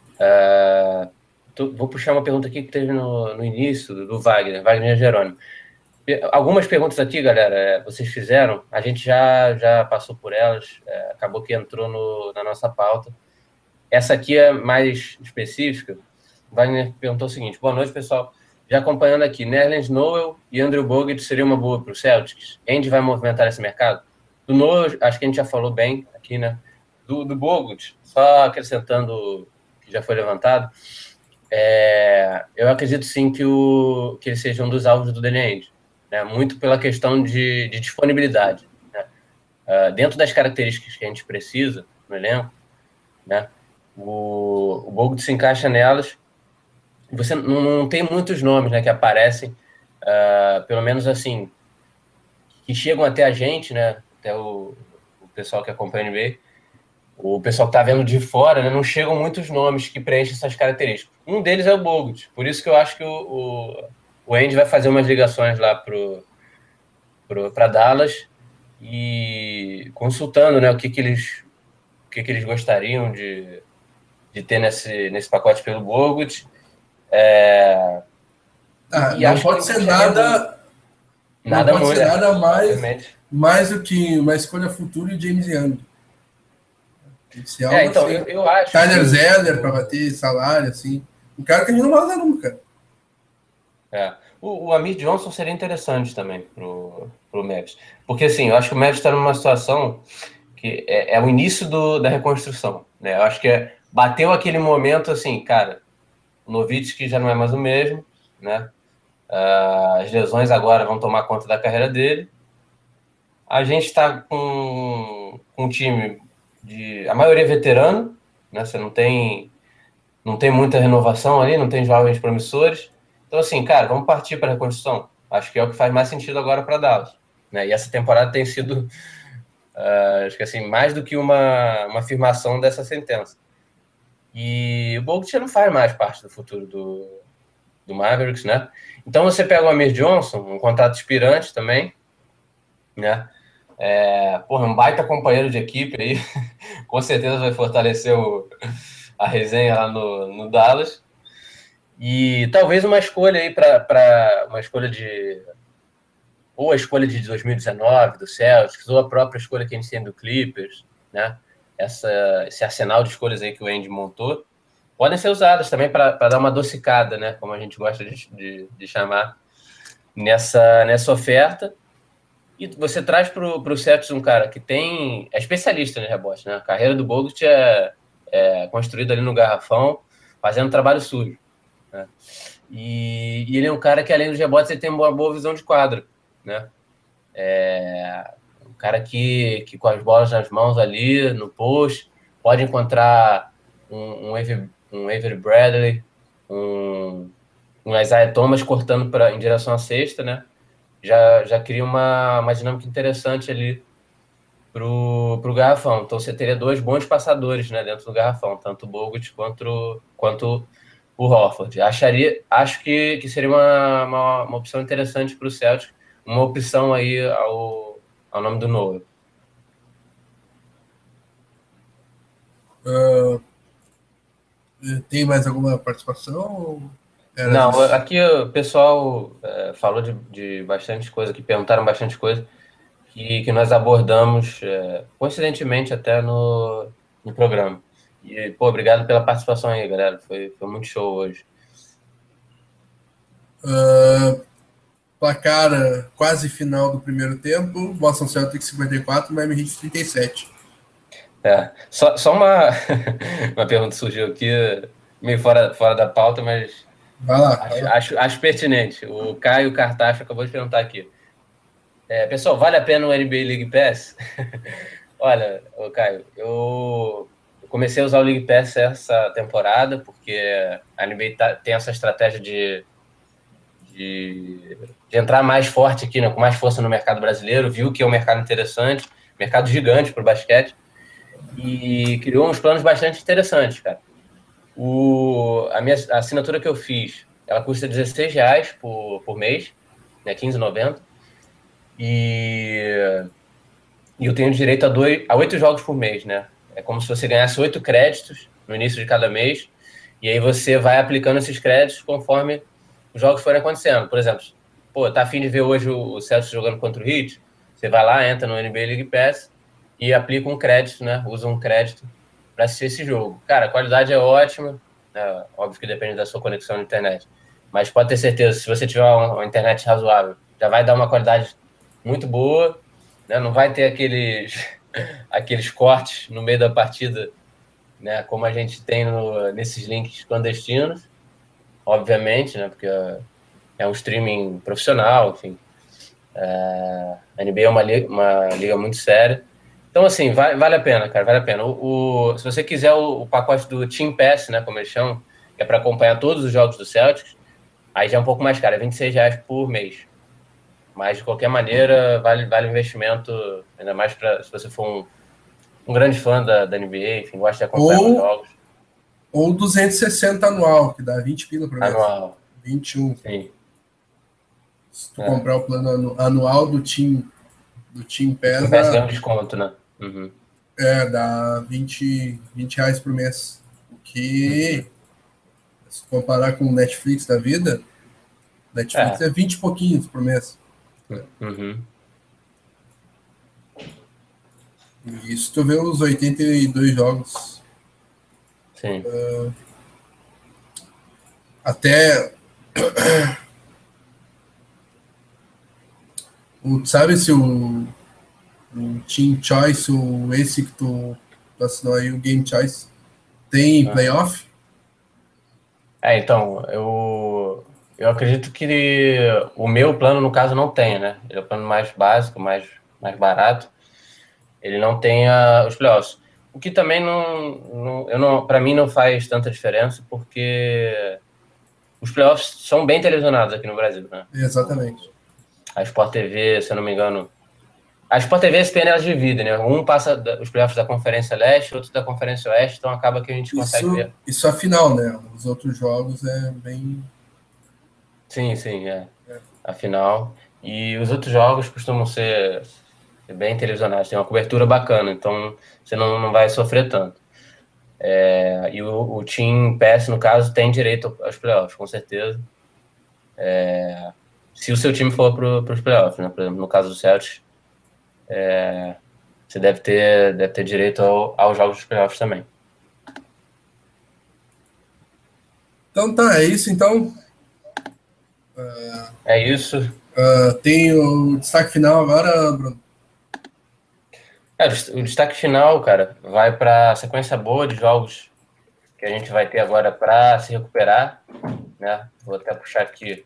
Vou puxar uma pergunta aqui que teve no início, do Wagner Jerônimo. Algumas perguntas aqui, galera, vocês fizeram, a gente já passou por elas, acabou que entrou na nossa pauta. Essa aqui é mais específica. O Wagner perguntou o seguinte: boa noite, pessoal. Já acompanhando aqui, Nerlens Noel e Andrew Bogut seria uma boa para o Celtics? Andy vai movimentar esse mercado? Do Noel, acho que a gente já falou bem aqui, né? Do Bogut, só acrescentando o que já foi levantado, eu acredito sim que ele seja um dos alvos do Danny Ainge, né? Muito pela questão de disponibilidade, né? Dentro das características que a gente precisa no elenco, né? O Bogut se encaixa nelas. Você não tem muitos nomes, né, que aparecem, pelo menos assim, que chegam até a gente, né, até o pessoal que acompanha a NBA, o pessoal que está vendo de fora, né, não chegam muitos nomes que preenchem essas características. Um deles é o Bogut, por isso que eu acho que o Andy vai fazer umas ligações lá para Dallas e consultando, né, o que eles gostariam de ter nesse pacote pelo Bogut. Não pode ser nada mais do que uma escolha futura e James Young. Então, assim, eu acho. Tyler Zeller para bater salário, assim. Um cara que a gente não vaza nunca. O Amir Johnson seria interessante também pro Mavs. Porque, assim, eu acho que o Mavs está numa situação que é o início da reconstrução, né? Eu acho que bateu aquele momento, assim, cara, o Nowitzki já não é mais o mesmo, né? As lesões agora vão tomar conta da carreira dele. A gente está com um time a maioria veterano, né? Você não tem muita renovação ali, não tem jovens promissores. Então, assim, cara, vamos partir para a reconstrução. Acho que é o que faz mais sentido agora para Dallas, né? E essa temporada tem sido, acho que assim, mais do que uma afirmação dessa sentença. E o Bogut não faz mais parte do futuro do Mavericks, né? Então você pega o Amir Johnson, um contrato expirante também, né? Um baita companheiro de equipe aí, com certeza vai fortalecer a resenha lá no Dallas. E talvez uma escolha aí para uma escolha ou a escolha de 2019 do Celtics, ou a própria escolha que a gente tem do Clippers, né? Esse arsenal de escolhas aí que o Andy montou, podem ser usadas também para dar uma adocicada, né? Como a gente gosta de chamar, nessa oferta. E você traz para o Celtics um cara que é especialista no rebote, né? A carreira do Bogut é construída ali no garrafão, fazendo trabalho sujo, né? E ele é um cara que, além dos rebotes, ele tem uma boa visão de quadra, né? Um cara que com as bolas nas mãos ali, no post, pode encontrar um Avery Bradley, um Isaiah Thomas cortando em direção à cesta, né? Já cria uma dinâmica interessante ali pro garrafão. Então você teria dois bons passadores, né, dentro do garrafão, tanto o Bogut quanto o Horford. Acho que seria uma opção interessante para o Celtic, uma opção aí ao nome do Noah. Tem mais alguma participação? Não, aqui o pessoal falou de bastante coisa, que perguntaram bastante coisa, que nós abordamos, coincidentemente, até no programa. E, pô, obrigado pela participação aí, galera. Foi muito show hoje. Placar quase final do primeiro tempo, Boston Celtics 54, Miami Heat 37. Só uma, uma pergunta surgiu aqui, meio fora da pauta, mas Vai lá. Acho pertinente. O Caio Cartacho acabou de perguntar aqui. Pessoal, vale a pena o NBA League Pass? Olha, Caio, eu comecei a usar o League Pass essa temporada, porque a NBA tem essa estratégia de entrar mais forte aqui, né, com mais força no mercado brasileiro, viu que é um mercado interessante, mercado gigante para o basquete, e criou uns planos bastante interessantes, cara. A minha assinatura que eu fiz, ela custa R$16 por mês, né, R$15,90, e eu tenho direito a 8 jogos por mês, né? É como se você ganhasse 8 créditos no início de cada mês, e aí você vai aplicando esses créditos conforme os jogos forem acontecendo. Por exemplo, tá afim de ver hoje o Celtics jogando contra o Heat? Você vai lá, entra no NBA League Pass e aplica um crédito, né? Usa um crédito para assistir esse jogo. Cara, a qualidade é ótima, né? Óbvio que depende da sua conexão na internet, mas pode ter certeza, se você tiver uma internet razoável, já vai dar uma qualidade muito boa, né? Não vai ter aqueles cortes no meio da partida, né? Como a gente tem nesses links clandestinos, obviamente, né? Porque é um streaming profissional, enfim. A NBA é uma liga muito séria. Então, assim, vale a pena, cara, vale a pena. Se você quiser o pacote do Team Pass, né, como eles chamam, que é para acompanhar todos os jogos do Celtics, aí já é um pouco mais caro, é R$26 por mês. Mas, de qualquer maneira, vale o investimento, ainda mais se você for um grande fã da NBA, enfim, gosta de acompanhar os jogos. Ou 260 anual, que dá 20 pila por mês. Anual. 21. Sim. Se tu comprar o plano anual do Team Pass, dá um desconto, né? Uhum. Dá 20 reais por mês. O que, se comparar com o Netflix da vida, Netflix é 20 e pouquinhos por mês. Uhum. E isso tu vê os 82 jogos. Sim. Até... sabe se o Team Choice, esse que tu assinou aí, o Game Choice, tem playoff? Então, eu acredito que o meu plano, no caso, não tenha, né? Ele é o plano mais básico, mais barato. Ele não tem os playoffs. O que também para mim não faz tanta diferença, porque os playoffs são bem televisionados aqui no Brasil, né? Exatamente. A Sport TV, se eu não me engano, a Sport TV e a ESPN, elas dividem, né? Um passa os playoffs da Conferência Leste, outro da Conferência Oeste, então acaba que a gente consegue ver. Isso é a final, né? Os outros jogos é bem... Sim, a final. E os outros jogos costumam ser bem televisionados, tem uma cobertura bacana, então você não vai sofrer tanto. E o Team Pass, no caso, tem direito aos playoffs, com certeza. Se o seu time for para os playoffs, né? Por exemplo, no caso do Celtics, você deve ter direito aos jogos dos playoffs também. Então tá, é isso então. É isso. Tem o destaque final agora, Bruno. O destaque final, cara, vai para a sequência boa de jogos que a gente vai ter agora para se recuperar, né? Vou até puxar aqui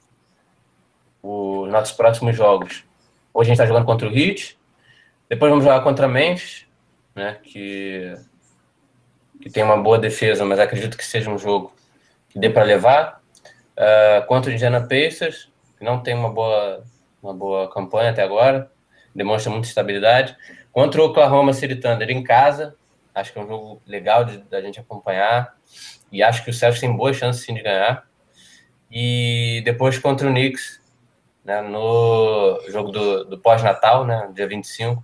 os nossos próximos jogos. Hoje a gente está jogando contra o Heat, depois vamos jogar contra Memphis, né? Que tem uma boa defesa, mas acredito que seja um jogo que dê para levar. Contra o Indiana Pacers, que não tem uma boa campanha até agora, demonstra muita estabilidade. Contra o Oklahoma City Thunder em casa, acho que é um jogo legal da gente acompanhar, e acho que o Celtics tem boas chances sim de ganhar. E depois contra o Knicks, né, no jogo do pós-natal, né, dia 25,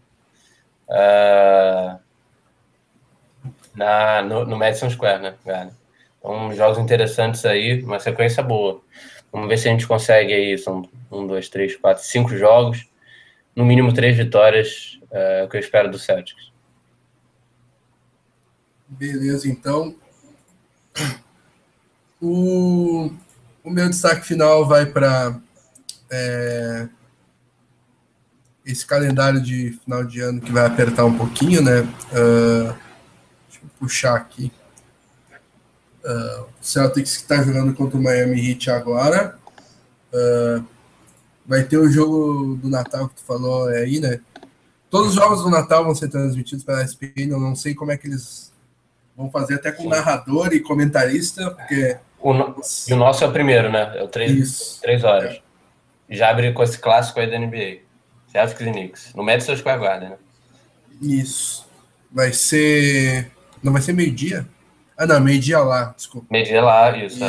no Madison Square, né, cara? Então, jogos interessantes aí, uma sequência boa. Vamos ver se a gente consegue aí, são 1, 2, 3, 4, 5 jogos, no mínimo 3 vitórias, que eu espero do Celtics. Beleza, então. O meu destaque final vai para esse calendário de final de ano que vai apertar um pouquinho, né? Deixa eu puxar aqui. O Celtics que está jogando contra o Miami Heat agora. Vai ter o jogo do Natal que tu falou aí, né? Todos os jogos do Natal vão ser transmitidos pela ESPN. Eu não sei como é que eles vão fazer, até com narrador e comentarista, porque... E o nosso é o primeiro, né? É o 3 horas. Já abre com esse clássico aí da NBA. Celtics e Knicks. No Madison Square Garden, né? Isso. Vai ser... Não vai ser meio-dia? Não, meio-dia lá, desculpa. Meio-dia lá, isso.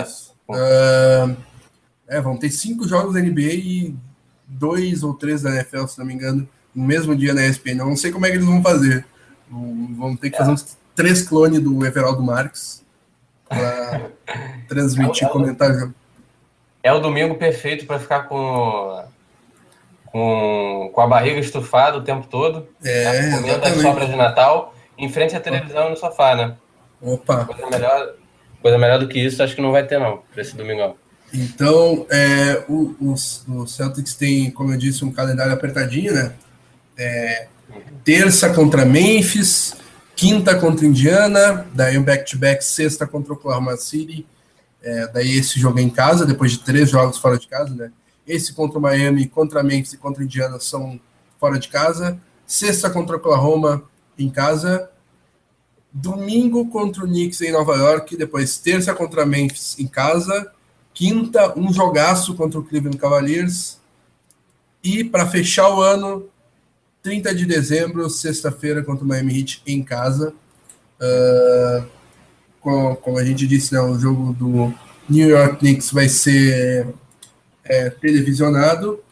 Vão ter 5 jogos da NBA e 2 ou 3 da NFL, se não me engano, no mesmo dia na ESPN. Eu não sei como é que eles vão fazer. Vão ter que fazer uns 3 clones do Everaldo Marques para transmitir comentário. É o domingo perfeito para ficar com a barriga estufada o tempo todo. Comendo as sobras de Natal, em frente à televisão no sofá, né? Opa! Coisa melhor do que isso, acho que não vai ter, não, para esse domingão. Então, o Celtics tem, como eu disse, um calendário apertadinho, né? Terça contra Memphis, quinta contra Indiana, daí um back-to-back, sexta contra Oklahoma City, daí esse jogo é em casa, depois de 3 jogos fora de casa, né? Esse contra o Miami, contra Memphis e contra Indiana são fora de casa, sexta contra Oklahoma em casa, domingo contra o Knicks em Nova York, depois terça contra Memphis em casa, quinta, um jogaço contra o Cleveland Cavaliers, e para fechar o ano, 30 de dezembro, sexta-feira, contra o Miami Heat em casa. Como a gente disse, né, o jogo do New York Knicks vai ser televisionado.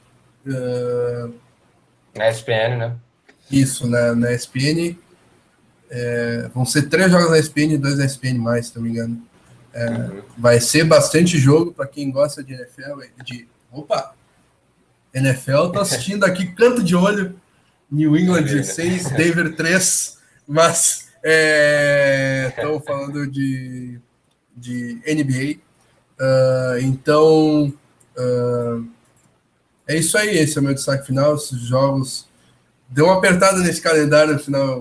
Na ESPN, né? Isso, na ESPN. Vão ser 3 jogos na ESPN e 2 na ESPN+, se não me engano. Vai ser bastante jogo para quem gosta de NFL. NFL, tô assistindo aqui, canto de olho. New England 16, Denver 3, mas estamos falando de NBA. Então, é isso aí, esse é o meu destaque final. Esses jogos deu uma apertada nesse calendário no final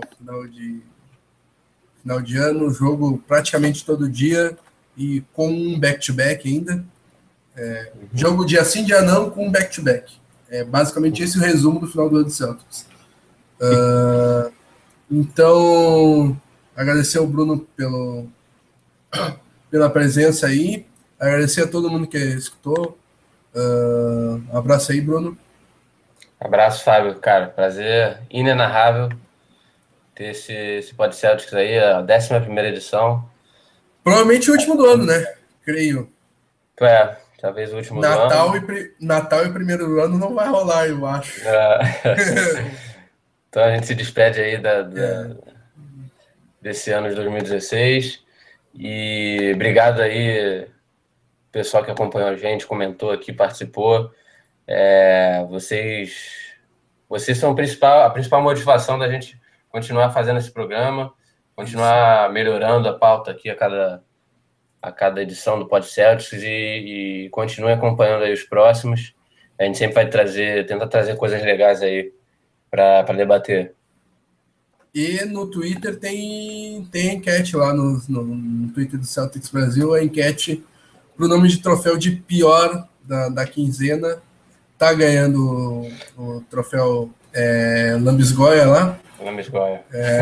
de ano, jogo praticamente todo dia e com um back-to-back ainda. Jogo dia sim, dia não, com um back-to-back. Basicamente esse é o resumo do final do ano do Celtics. Então, agradecer ao Bruno pela presença aí, agradecer a todo mundo que escutou. Um abraço aí, Bruno. Abraço, Fábio, cara, prazer inenarrável ter esse Pod Celtics aí, a 11ª edição. Provavelmente o último do ano, né? Creio. Talvez o último Natal do ano. Natal e primeiro do ano não vai rolar, eu acho. Então a gente se despede aí desse ano de 2016. E obrigado aí, pessoal que acompanhou a gente, comentou aqui, participou. Vocês são a principal motivação da gente continuar fazendo esse programa, continuar melhorando a pauta aqui a cada edição do Pod Celtics e continue acompanhando aí os próximos. A gente sempre vai tentar trazer coisas legais aí para debater. E no Twitter tem enquete lá no Twitter do Celtics Brasil, a enquete pro nome de troféu de pior da quinzena. Tá ganhando o troféu Lambisgoia lá. Lambisgoia.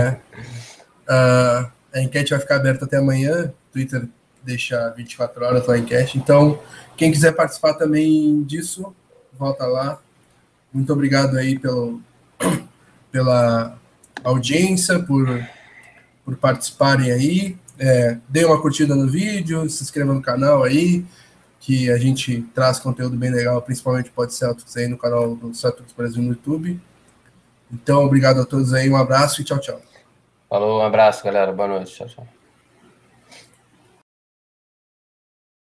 A enquete vai ficar aberta até amanhã. Twitter deixa 24 horas a enquete. Então, quem quiser participar também disso, volta lá. Muito obrigado aí pela audiência, por participarem aí. Dê uma curtida no vídeo, se inscreva no canal aí, que a gente traz conteúdo bem legal, principalmente Pod Celtics aí no canal do Celtics Brasil no YouTube. Então, obrigado a todos aí, um abraço e tchau, tchau. Falou, um abraço, galera. Boa noite. Tchau, tchau.